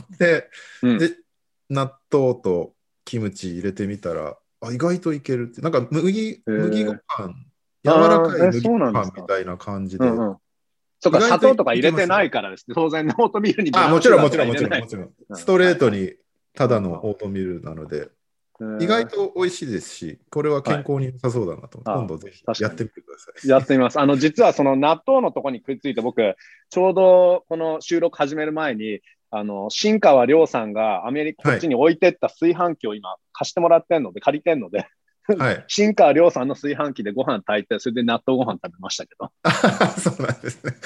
で、納豆とキムチ入れてみたら、意外といけるって、なんか麦ご飯、柔らかい麦ご飯みたいな感じで。 そうか、砂糖とか入れてないからですね。当然、オートミールにもちろん。ストレートにただのオートミールなので、意外と美味しいですし、これは健康に良さそうだなと思って、今度ぜひやってみてください。 やってみます。実はその納豆のところにくっついて、僕、ちょうどこの収録始める前に、新川亮さんがこっちに置いてった炊飯器を今貸してもらってんので、借りてんので、新川亮さんの炊飯器でご飯炊いて、それで納豆ご飯食べましたけど。 そうなんですね。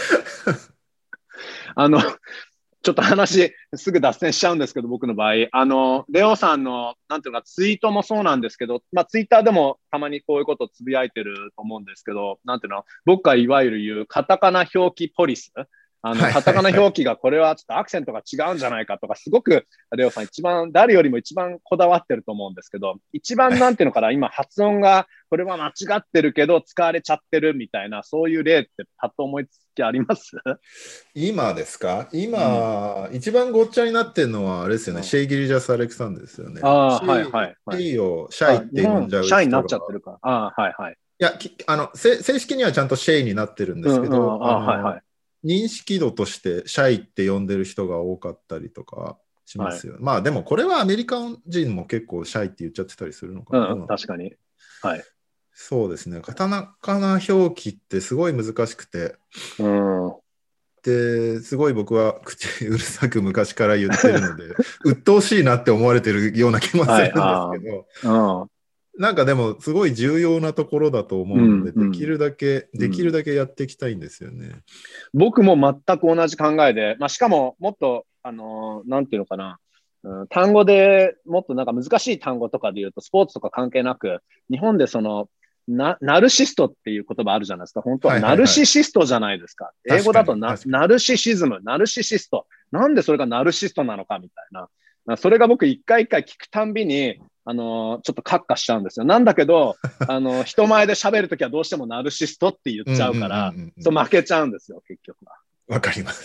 ちょっと話すぐ脱線しちゃうんですけど、僕の場合、レオさんの、なんていうか、ツイートもそうなんですけど、まあ、ツイッターでもたまにこういうことをつぶやいてると思うんですけど、なんていうの、僕がいわゆる言うカタカナ表記ポリス、カタカナ表記がこれはちょっとアクセントが違うんじゃないかとか、すごく、レオさん誰よりも一番こだわってると思うんですけど、一番なんていうのかな、今発音が、これは間違ってるけど、使われちゃってるみたいな、そういう例ってパッと思いつきあります？ 今ですか？今、一番ごっちゃになってるのは、あれですよね、シェイ・ギリジャス・アレクサンダーですよね。シェイをシャイって呼んじゃう。 シャイになっちゃってるか。いや、正式にはちゃんとシェイになってるんですけど、認識度としてシャイって呼んでる人が多かったりとかしますよ。まあでもこれはアメリカ人も結構シャイって言っちゃってたりするのかな。 確かに。はい。 そうですね。カタカナ表記ってすごい難しくて、ですごい僕は口うるさく昔から言ってるので、鬱陶しいなって思われてるような気もするんですけど、 なんかでもすごい重要なところだと思うので、できるだけやっていきたいんですよね。 僕も全く同じ考えで、しかももっと、なんていうのかな、単語でもっとなんか難しい単語とかで言うと、スポーツとか関係なく、日本でナルシストっていう言葉あるじゃないですか。本当はナルシシストじゃないですか。英語だとナルシシズム、ナルシシスト。なんでそれがナルシストなのかみたいな。それが僕一回一回聞くたんびに、ちょっとカッカしちゃうんですよ。なんだけど、人前で喋るときはどうしてもナルシストって言っちゃうから、負けちゃうんですよ、結局は。 わかります。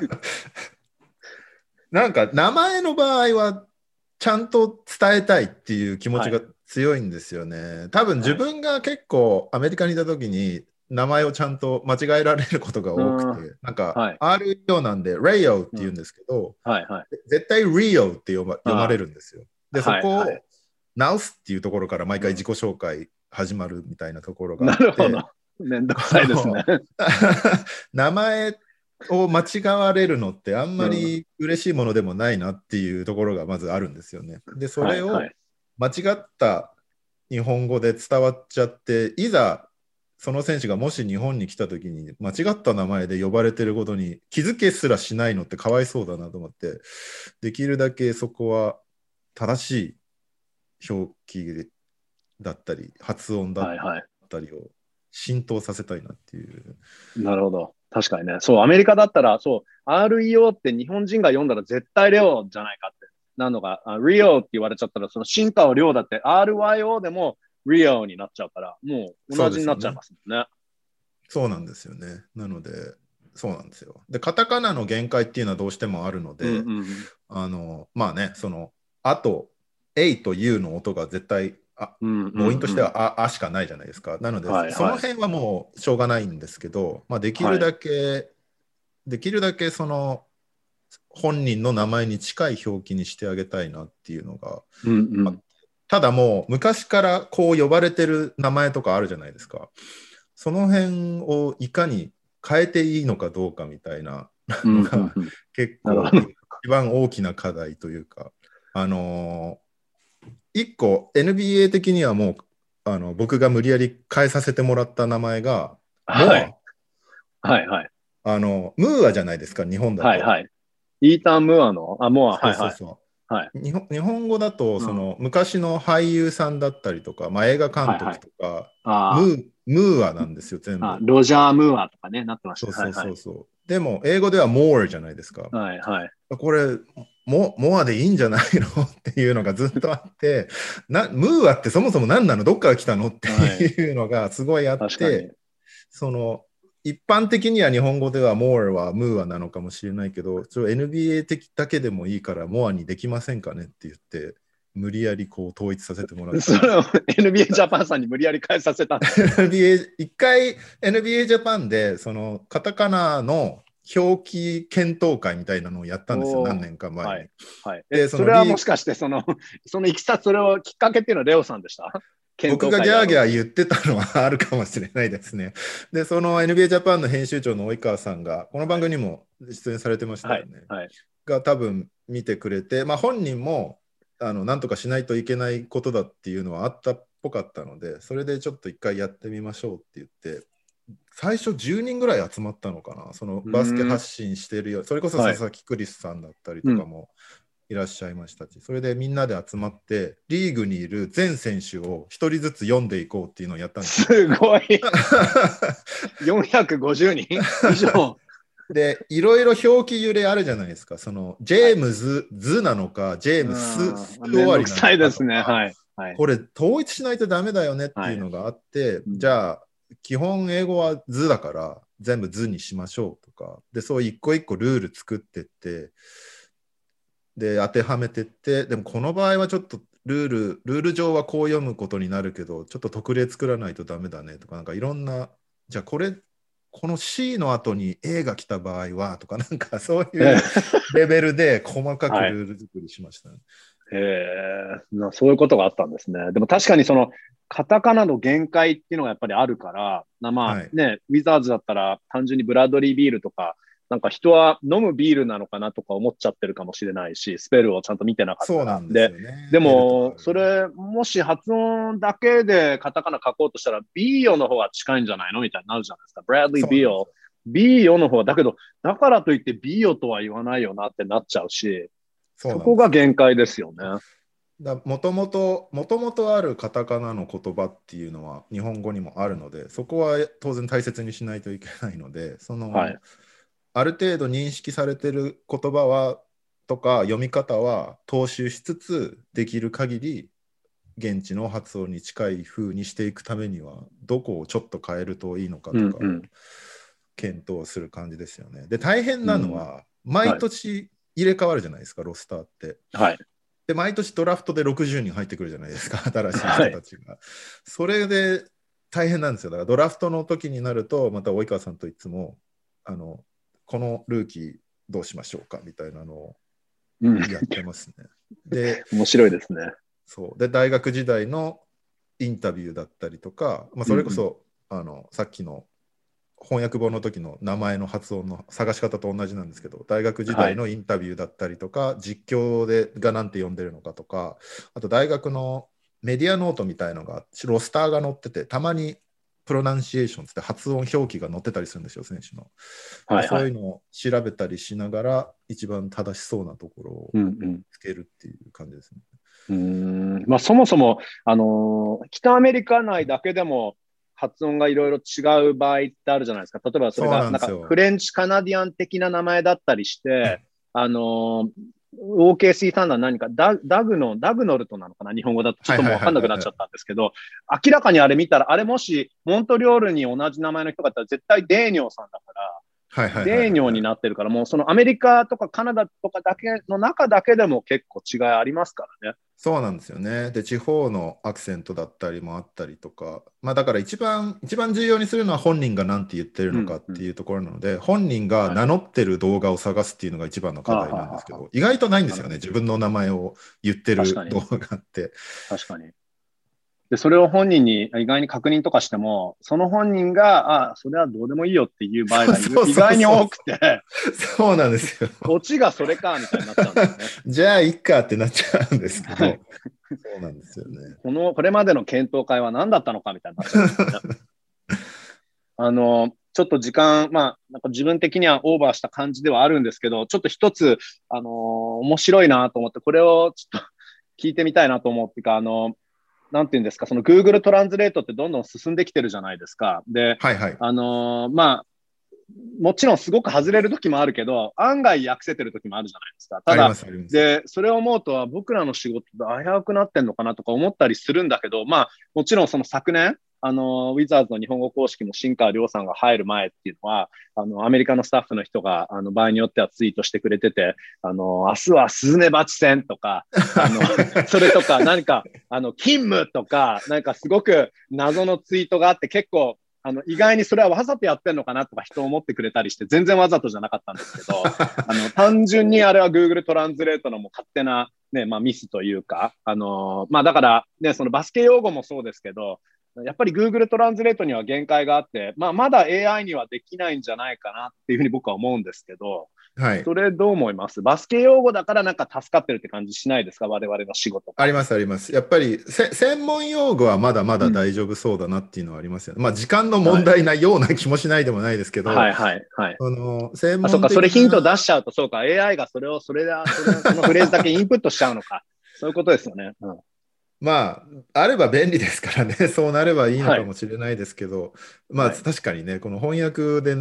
なんか名前の場合はちゃんと伝えたいっていう気持ちが強いんですよね。多分自分が結構アメリカにいた時に名前をちゃんと間違えられることが多くて、なんか REO なんで REO って言うんですけど、絶対 REO って読まれるんですよ。で、そこを直すっていうところから毎回自己紹介始まるみたいなところがあって。なるほど。 めんどくさいですね。 名前を間違われるのってあんまり嬉しいものでもないなっていうところがまずあるんですよね。で、それを間違った日本語で伝わっちゃって、いざその選手がもし日本に来た時に間違った名前で呼ばれてることに気づけすらしないのってかわいそうだなと思って、できるだけそこは正しい表記だったり発音だったりを浸透させたいなっていう。 なるほど。確かにね。そう、アメリカだったら、そう、REO って日本人が読んだら絶対レオじゃないかってなのが、REO って言われちゃったら、その進化を量だって RYO でも REO になっちゃうから、もう同じになっちゃいますもんね。 そうなんですよね。なので、そうなんですよ。で、カタカナの限界っていうのはどうしてもあるので、まあね、あと、A と U の音が絶対、母音としてはあしかないじゃないですか。なので、その辺はもうしょうがないんですけど、できるだけその本人の名前に近い表記にしてあげたいなっていうのが、ただもう昔からこう呼ばれてる名前とかあるじゃないですか。その辺をいかに変えていいのかどうかみたいなのが結構一番大きな課題というか、一個 NBA 的にはもう僕が無理やり変えさせてもらった名前がモア、ムーアじゃないですか、日本だと。 イータン・ムーアのモア、 日本語だと昔の俳優さんだったりとか、映画監督とか、ムーアなんですよ、全部。 ロジャー・ムーアとかね、なってました。 でも、英語では more じゃないですか。これ、モアでいいんじゃないのっていうのがずっとあって、ムーアってそもそも何なの、どっから来たのっていうのがすごいあって、一般的には日本語では more はムーアなのかもしれないけど、NBA 的だけでもいいからモアにできませんかねって言って、無理やりこう統一させてもらった。 それを NBA ジャパンさんに無理やり変えさせた。 一回 NBA ジャパンでカタカナの表記検討会みたいなのをやったんですよ、何年か前に。 それはもしかしてそのいきさつ、それをきっかけっていうのはレオさんでした？ 僕がギャーギャー言ってたのはあるかもしれないですね。で、その NBA ジャパンの編集長の及川さんが、この番組にも出演されてましたよね。が多分見てくれて、本人もなんとかしないといけないことだっていうのはあったっぽかったので、それでちょっと一回やってみましょうって言って、最初10人ぐらい集まったのかな、そのバスケ発信してるよ、それこそ佐々木クリスさんだったりとかもいらっしゃいましたし、それでみんなで集まってリーグにいる全選手を一人ずつ読んでいこうっていうのをやったんですよ。 すごい450人以上で、いろいろ表記揺れあるじゃないですか。ジェームズ、ズなのか、ジェームス、終わりなのかですね。 これ統一しないとダメだよねっていうのがあって、じゃあ基本英語は図だから全部図にしましょうとか、でそう一個一個ルール作ってって、で当てはめてって、でもこの場合はちょっとルール上はこう読むことになるけど、ちょっと特例作らないとダメだねとか、なんかいろんな、じゃあこの C の後に A が来た場合はとか、なんかそういうレベルで細かくルール作りしましたね。 そういうことがあったんですね。でも確かにカタカナの限界っていうのがやっぱりあるから、ウィザーズだったら単純にブラッドリー・ビールとかなんか人は飲むビールなのかなとか思っちゃってるかもしれないし、スペルをちゃんと見てなかったら。 そうなんですよね。 でも、それ、もし発音だけでカタカナ書こうとしたら、ビーヨの方が近いんじゃないのみたいになるじゃないですか。ブラッドリー・ビーヨ。ビーヨの方だけど、だからといってビーヨとは言わないよなってなっちゃうし、そこが限界ですよね。 もともとあるカタカナの言葉っていうのは日本語にもあるので、そこは当然大切にしないといけないので、ある程度認識されてる言葉はとか読み方は踏襲しつつ、できる限り現地の発音に近い風にしていくためにはどこをちょっと変えるといいのかとか検討する感じですよね。で、大変なのは毎年入れ替わるじゃないですか、ロスターって。で、毎年ドラフトで60人入ってくるじゃないですか、新しい人たちが。それで大変なんですよ。だからドラフトの時になると、また及川さんといつもこのルーキーどうしましょうかみたいなのをやってますね。で、 面白いですね。 そうで、大学時代のインタビューだったりとか、それこそ、さっきの翻訳本の時の名前の発音の探し方と同じなんですけど、大学時代のインタビューだったりとか、実況がなんて呼んでるのかとか、あと大学のメディアノートみたいのがロスターが載ってて、たまにプロナンシエーションって発音表記が載ってたりするんですよ、選手の。そういうのを調べたりしながら一番正しそうなところをつけるっていう感じですね。 そもそも北アメリカ内だけでも発音がいろいろ違う場合ってあるじゃないですか。例えばそれがなんかフレンチカナディアン的な名前だったりして、OKC サンダー何かダグノルトなのかな、日本語だとちょっともう分かんなくなっちゃったんですけど、明らかにあれ見たら、あれもしモントリオールに同じ名前の人がいたら絶対デーニョーさんだから、デーニョーになってるから、もうそのアメリカとかカナダとかだけの中だけでも結構違いありますからね。 そうなんですよね。で、地方のアクセントだったりもあったりとか、だから一番重要にするのは本人が何て言ってるのかっていうところなので、本人が名乗ってる動画を探すっていうのが一番の課題なんですけど、意外とないんですよね、自分の名前を言ってる動画って。 確かに。で、それを本人に意外に確認とかしても、その本人が、それはどうでもいいよっていう場合が意外に多くて、 そうなんですよ。 こっちがそれか、みたいになっちゃうんですね。 じゃあ、いっかってなっちゃうんですけど、そうなんですよね。 これまでの検討会は何だったのかみたいになっちゃうんですよね。ちょっと時間、なんか自分的にはオーバーした感じではあるんですけど、ちょっと一つ、面白いなと思って、これをちょっと聞いてみたいなと思ってか、なんていうんですか、その Google トランスレートってどんどん進んできてるじゃないですか。で、もちろんすごく外れる時もあるけど、案外訳せてる時もあるじゃないですか。ただ、で、それを思うと、僕らの仕事が危うくなってんのかなとか思ったりするんだけど、もちろんその昨年、ウィザーズの日本語公式の新川亮さんが入る前っていうのは、アメリカのスタッフの人が、場合によってはツイートしてくれてて、明日はスズメバチ戦とか、それとか、何か、勤務とか、なんかすごく謎のツイートがあって、結構、意外にそれはわざとやってんのかなとか人を思ってくれたりして、全然わざとじゃなかったんですけど、単純にあれは Google トランスレートのもう勝手な、ね、ミスというか、だから、ね、そのバスケ用語もそうですけど、やっぱり Google トランスレートには限界があって、まだ AI にはできないんじゃないかなっていうふうに僕は思うんですけど、それどう思います？バスケ用語だからなんか助かってるって感じしないですか？我々の仕事。 ありますあります。やっぱり専門用語はまだまだ大丈夫そうだなっていうのはありますよね。時間の問題なような気もしないでもないですけど、専門的な、 そうか、それヒント出しちゃうと、そうか、AI がそのフレーズだけインプットしちゃうのか。そういうことですよね。 あれば便利ですからね、そうなればいいのかもしれないですけど、確かにね、この翻訳で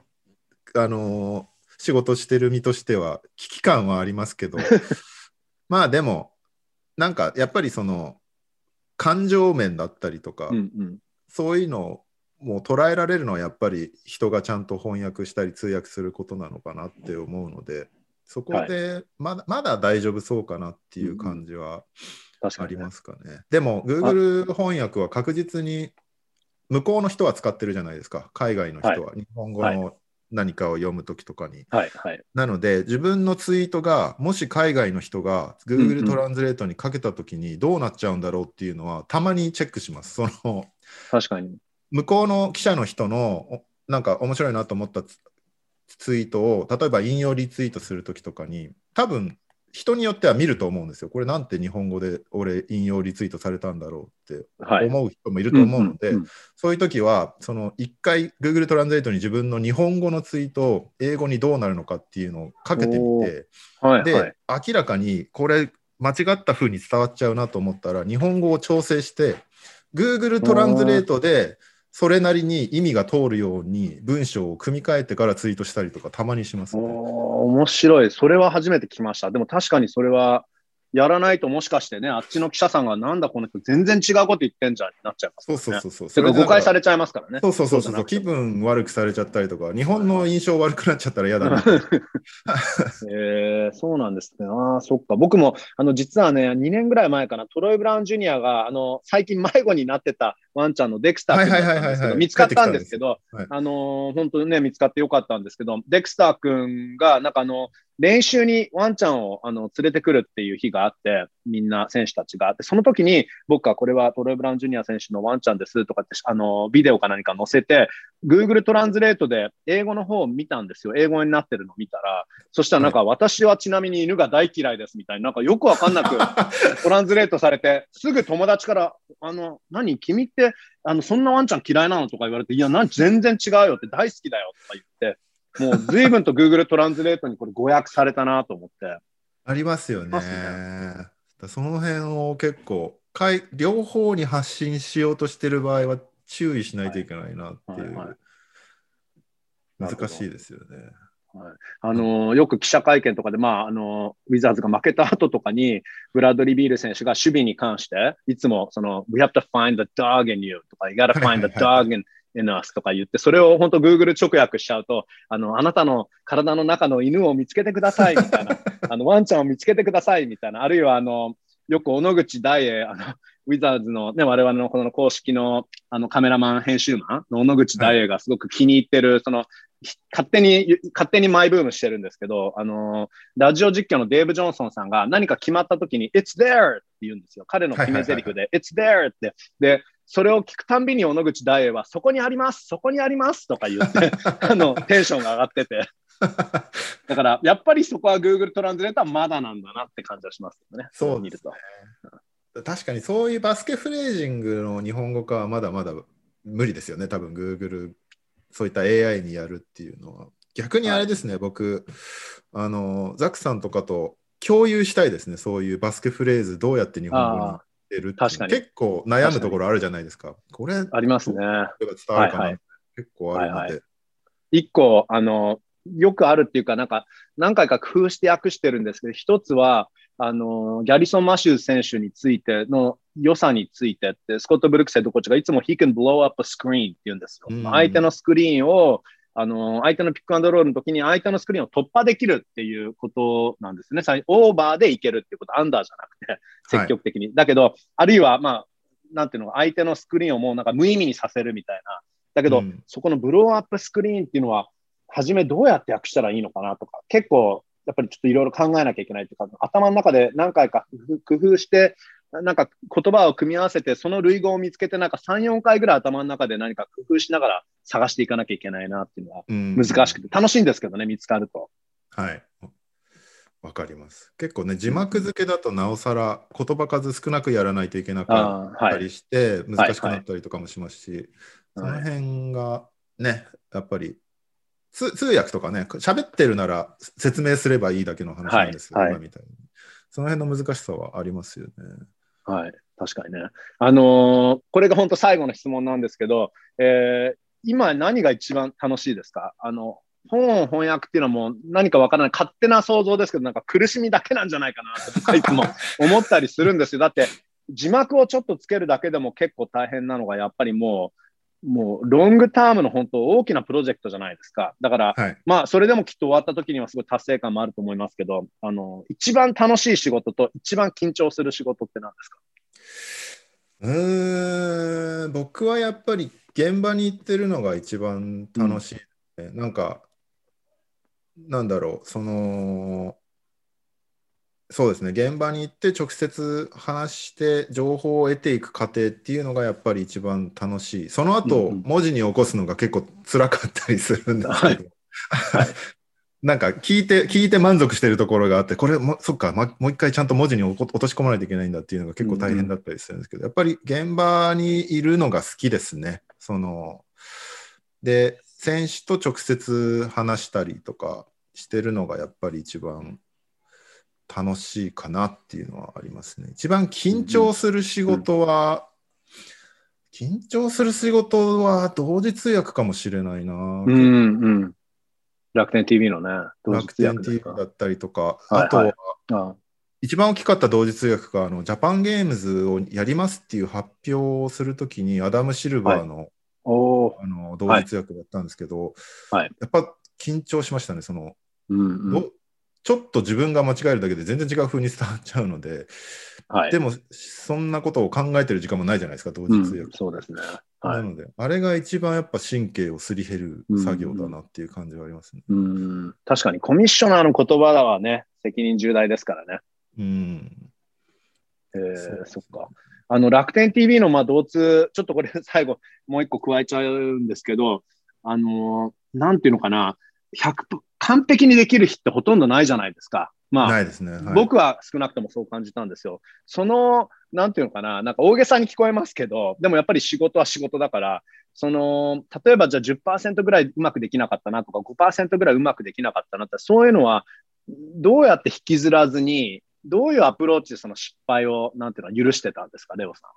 仕事してる身としては危機感はありますけどでもなんかやっぱりその感情面だったりとか、そういうのをもう捉えられるのはやっぱり人がちゃんと翻訳したり通訳することなのかなって思うので、そこでまだ大丈夫そうかなっていう感じはありますかね。でも Google 翻訳は確実に向こうの人は使ってるじゃないですか、海外の人は、日本語の何かを読むときとかに、なので自分のツイートがもし海外の人が Google トランスレートにかけたときにどうなっちゃうんだろうっていうのはたまにチェックします。 確かに向こうの記者の人のなんか面白いなと思ったツイートを例えば引用リツイートするときとかに多分人によっては見ると思うんですよ。これなんて日本語で俺引用リツイートされたんだろうって思う人もいると思うので、そういうときはその一回 Google トランスレートに自分の日本語のツイートを英語にどうなるのかっていうのをかけてみて、で明らかにこれ間違った風に伝わっちゃうなと思ったら日本語を調整して Google トランスレートでそれなりに意味が通るように文章を組み替えてからツイートしたりとかたまにしますね。 面白い。それは初めて聞きました。でも確かにそれはやらないともしかしてね、あっちの記者さんがなんだこの人全然違うこと言ってんじゃんになっちゃいますからね。 そう。 それ誤解されちゃいますからね。 そう。気分悪くされちゃったりとか、日本の印象悪くなっちゃったら嫌だな。 そうなんですね。そっか。僕も実はね、2年ぐらい前かな、トロイ・ブラウン・ジュニアが最近迷子になってたワンちゃんのデクスター君だったんですけど、見つかったんですけど、本当にね、見つかってよかったんですけど、デクスター君がなんか練習にワンちゃんを連れてくるっていう日があって、みんな選手たちがあって、その時に僕はこれはトロイ・ブラウン・ジュニア選手のワンちゃんですとかってビデオか何か載せて、Google トランスレートで英語の方を見たんですよ。英語になってるのを見たら、そしたらなんか、私はちなみに犬が大嫌いですみたいな、なんかよくわかんなくトランスレートされて、すぐ友達から、君ってそんなワンちゃん嫌いなのとか言われて、いや、全然違うよって大好きだよとか言って、もう随分と Google トランスレートにこれ誤訳されたなと思って。 ありますよね。その辺を結構両方に発信しようとしてる場合は注意しないといけないなっていう、難しいですよね。 よく記者会見とかで、ウィザーズが負けた後とかに、ブラッドリー・ビール選手が守備に関して、いつもWe have to find the dog in you とか、You gotta find the dog in us とか言って、それを本当 Google 直訳しちゃうと、あなたの体の中の犬を見つけてくださいみたいな、ワンちゃんを見つけてくださいみたいな、あるいはよく小野口大栄、ウィザーズのね、我々のこの公式のカメラマン編集マンの小野口大栄がすごく気に入ってる、勝手にマイブームしてるんですけど、ラジオ実況のデーブ・ジョンソンさんが何か決まった時に It's there! って言うんですよ。彼の決め台詞で、It's there! って。で、それを聞くたんびに小野口大栄はそこにありますとか言ってテンションが上がってて。だからやっぱりそこは Google トランスレートはまだなんだなって感じはしますよね。 そう見ると。確かにそういうバスケフレージングの日本語化はまだまだ無理ですよね。多分 Google そういった AI にやるっていうのは。逆にあれですね、僕ザックさんとかと共有したいですね。そういうバスケフレーズどうやって日本語に出るっていう結構悩むところあるじゃないですか。これありますね。 伝わるかな、結構あるので。 一個よくあるっていうか、なんか何回か工夫して訳してるんですけど、一つはギャリソン・マシュー選手についての良さについてって、スコット・ブルックスヘッドコーチがいつも He can blow up a screen って言うんですよ。相手のスクリーンを相手のピックアンドロールの時に相手のスクリーンを突破できるっていうことなんですね。オーバーでいけるっていうこと、アンダーじゃなくて、積極的に。だけど、あるいは、なんていうの、相手のスクリーンをもうなんか無意味にさせるみたいな。だけど、そこのブローアップスクリーンっていうのは、初めどうやって訳したらいいのかなとか、結構、やっぱりちょっといろいろ考えなきゃいけないというか、頭の中で何回か工夫して、なんか言葉を組み合わせて、その類語を見つけて、なんか3、4回ぐらい頭の中で何か工夫しながら探していかなきゃいけないなっていうのは難しくて、楽しいんですけどね、見つかると。 はい。わかります。結構ね、字幕付けだとなおさら言葉数少なくやらないといけなかったりして、難しくなったりとかもしますし、その辺がね、やっぱり通訳とかね、喋ってるなら説明すればいいだけの話なんですよ、今みたいに。その辺の難しさはありますよね。 はい、確かにね。これが本当最後の質問なんですけど、今何が一番楽しいですか？本を翻訳っていうのはもう何かわからない勝手な想像ですけど、なんか苦しみだけなんじゃないかなっていつも思ったりするんですよ。だって字幕をちょっとつけるだけでも結構大変なのがやっぱりもうロングタームの本当大きなプロジェクトじゃないですか。だから、それでもきっと終わった時にはすごい達成感もあると思いますけど、一番楽しい仕事と一番緊張する仕事って何ですか？ 僕はやっぱり現場に行ってるのが一番楽しい、なんかなんだろう、そうですね、現場に行って直接話して情報を得ていく過程っていうのがやっぱり一番楽しい。その後、文字に起こすのが結構辛かったりするんですけど、 はい。 なんか聞いて満足してるところがあって、これも、そっか、もう一回ちゃんと文字に落とし込まないといけないんだっていうのが結構大変だったりするんですけど、やっぱり現場にいるのが好きですね。で、選手と直接話したりとかしてるのがやっぱり一番楽しいかなっていうのはありますね。一番緊張する仕事は、同時通訳かもしれないな。 楽天 TV のね、同時楽天通訳です TV か。 だったりとか、 はいはい、 あとは、一番大きかった同時通訳がジャパンゲームズをやりますっていう発表をするときにアダム・シルバーの、同時通訳だったんですけど、やっぱ緊張しましたね。ちょっと自分が間違えるだけで全然違う風に伝わっちゃうので、でもそんなことを考えてる時間もないじゃないですか、同時通訳。 そうですね。 なので、あれが一番やっぱ神経をすり減る作業だなっていう感じはありますね。 確かにコミッショナーの言葉はね、責任重大ですからね。そっか。楽天 TV の同通、ちょっとこれ最後もう一個加えちゃうんですけど、なんていうのかな、完璧にできる日ってほとんどないじゃないですか。 ないですね。 僕は少なくともそう感じたんですよ。なんていうのかな、なんか大げさに聞こえますけど、でもやっぱり仕事は仕事だから、例えばじゃあ 10% ぐらいうまくできなかったなとか、5% ぐらいうまくできなかったなって、そういうのはどうやって引きずらずに、どういうアプローチでその失敗を、なんていうの、許してたんですか、レオさ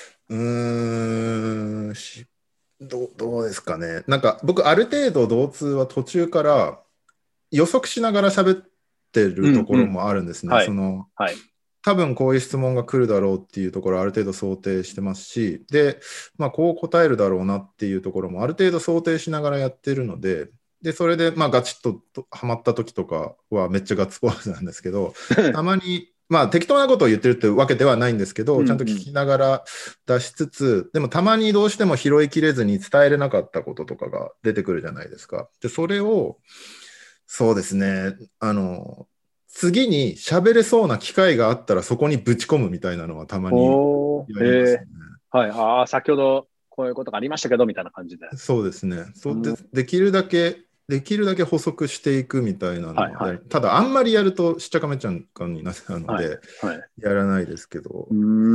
んは。 どうですかね。なんか僕、ある程度、同通は途中から予測しながら喋ってるところもあるんですね。多分こういう質問が来るだろうっていうところをある程度想定してますし、で、こう答えるだろうなっていうところもある程度想定しながらやってるので、それでガチッとはまった時とかはめっちゃガッツポーズなんですけど、たまに適当なことを言ってるってわけではないんですけど、ちゃんと聞きながら出しつつ、でもたまにどうしても拾いきれずに伝えれなかったこととかが出てくるじゃないですか。で、それを、そうですね、次に喋れそうな機会があったらそこにぶち込むみたいなのはたまにやりますね。 先ほどこういうことがありましたけどみたいな感じで。 そうですね。できるだけ補足していくみたいなので、ただあんまりやるとしっちゃかめっちゃかになっちゃうので、やらないですけど。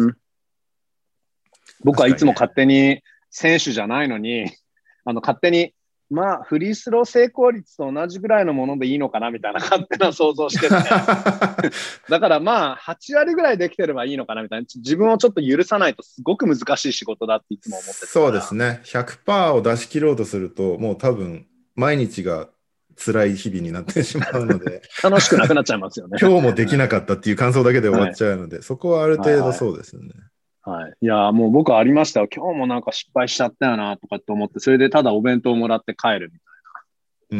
僕はいつも勝手に選手じゃないのに、勝手にフリースロー成功率と同じぐらいのものでいいのかなみたいな勝手な想像しててだから8割ぐらいできてればいいのかなみたいな、自分をちょっと許さないとすごく難しい仕事だっていつも思ってて。 そうですね。100% を出し切ろうとするともう多分毎日が辛い日々になってしまうので楽しくなくなっちゃいますよね。 今日もできなかったっていう感想だけで終わっちゃうので、そこはある程度そうですよね。 いや、もう僕はありましたよ。今日もなんか失敗しちゃったよなとかって思って、それでただお弁当をもらって帰るみた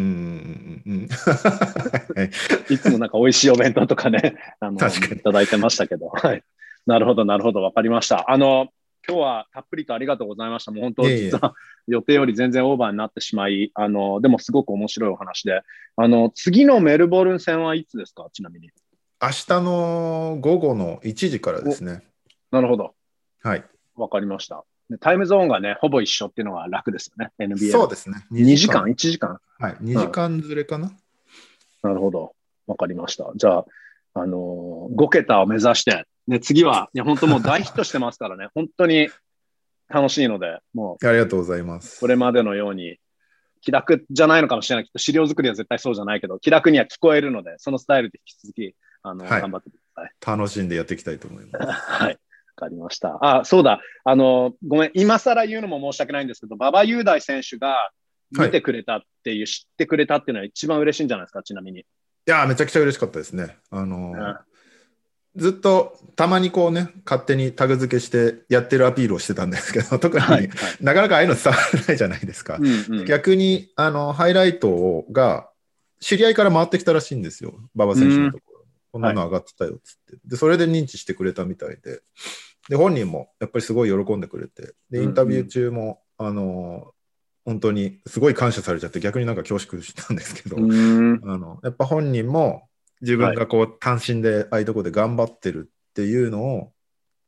いな。いつもなんか美味しいお弁当とかね、いただいてましたけど。なるほど、なるほど、わかりました。今日はたっぷりとありがとうございました。もう本当、実は予定より全然オーバーになってしまい、でもすごく面白いお話で、次のメルボルン戦はいつですか、ちなみに。 明日の午後の1時からですね。 なるほど。 はい。 わかりました。タイムゾーンがね、ほぼ一緒っていうのが楽ですよね、NBA。 そうですね。 2時間 ?1 時間はい、2時間ずれかな。 なるほど。わかりました。じゃあ、5桁を目指して、ね、次は、本当もう大ヒットしてますからね、本当に楽しいので、もう、ありがとうございます。 これまでのように、気楽じゃないのかもしれないけど、資料作りは絶対そうじゃないけど、気楽には聞こえるので、そのスタイルで引き続き、頑張ってください。 楽しんでやっていきたいと思います。 はい。わかりました。そうだ。ごめん。今更言うのも申し訳ないんですけど、馬場雄大選手が見てくれたっていう、知ってくれたっていうのは一番嬉しいんじゃないですか、ちなみに。いや、めちゃくちゃ嬉しかったですね。ずっとたまにこうね、勝手にタグ付けしてやってるアピールをしてたんですけど、特になかなかああいうの伝わらないじゃないですか。逆にハイライトが知り合いから回ってきたらしいんですよ、馬場選手のところ。こんなの上がってたよっつって、でそれで認知してくれたみたいで、本人もやっぱりすごい喜んでくれて、でインタビュー中も、本当にすごい感謝されちゃって逆になんか恐縮したんですけど、やっぱ本人も自分がこう単身でああいうとこで頑張ってるっていうのを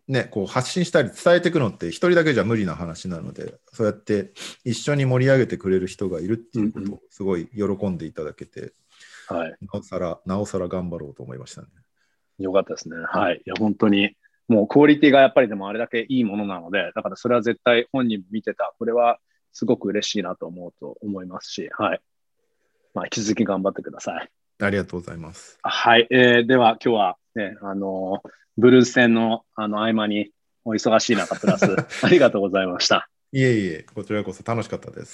ね、こう発信したり伝えていくのって一人だけじゃ無理な話なので、そうやって一緒に盛り上げてくれる人がいるっていうことをすごい喜んでいただけて、 はい、 なおさら頑張ろうと思いましたね。 よかったですね。はい。いや、本当に、もうクオリティがやっぱりでもあれだけいいものなので、だからそれは絶対本人見てた、これはすごく嬉しいなと思いますし、はい。まあ、引き続き頑張ってください。 ありがとうございます。 はい。では今日はね、ブルース戦の合間にお忙しい中プラスありがとうございました。 いえいえ、こちらこそ楽しかったです。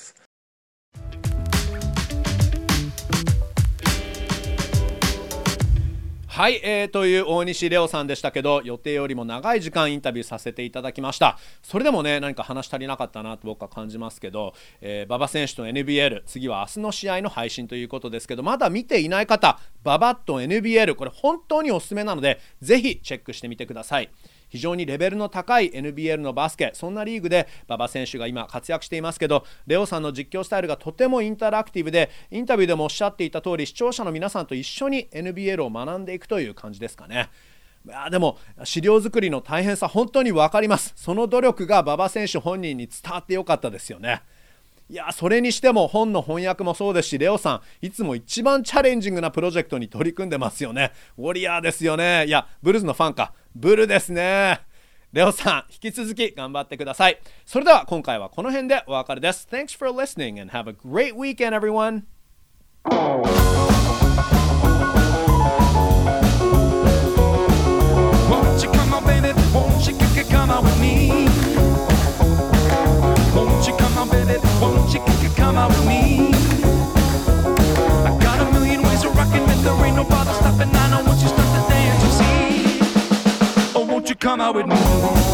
はい、という大西レオさんでしたけど、予定よりも長い時間インタビューさせていただきました。それでもね、何か話足りなかったなと僕は感じますけど、馬場選手と NBL、 次は明日の試合の配信ということですけど、まだ見ていない方、馬場と NBL、 これ本当におすすめなのでぜひチェックしてみてください。非常にレベルの高い NBL のバスケ、そんなリーグで馬場選手が今活躍していますけど、レオさんの実況スタイルがとてもインタラクティブで、インタビューでもおっしゃっていた通り、視聴者の皆さんと一緒に NBL を学んでいくという感じですかね。でも資料作りの大変さ本当に分かります。その努力が馬場選手本人に伝わってよかったですよね。いや、それにしても本の翻訳もそうですし、レオさんいつも一番チャレンジングなプロジェクトに取り組んでますよね。ウォリアーですよね。いや、ブルーズのファンか、ブルですね。レオさん、引き続き頑張ってください。それでは今回はこの辺でお別れです。 Thanks for listening and have a great weekend, everyone. Won't you come on, baby? Won't you come out with me? Won't you come on, baby? Won't you come out with me? I got a million ways of rocking and there ain't no bother stopping. I know once you start to dance, you see. Oh, won't you come out with me?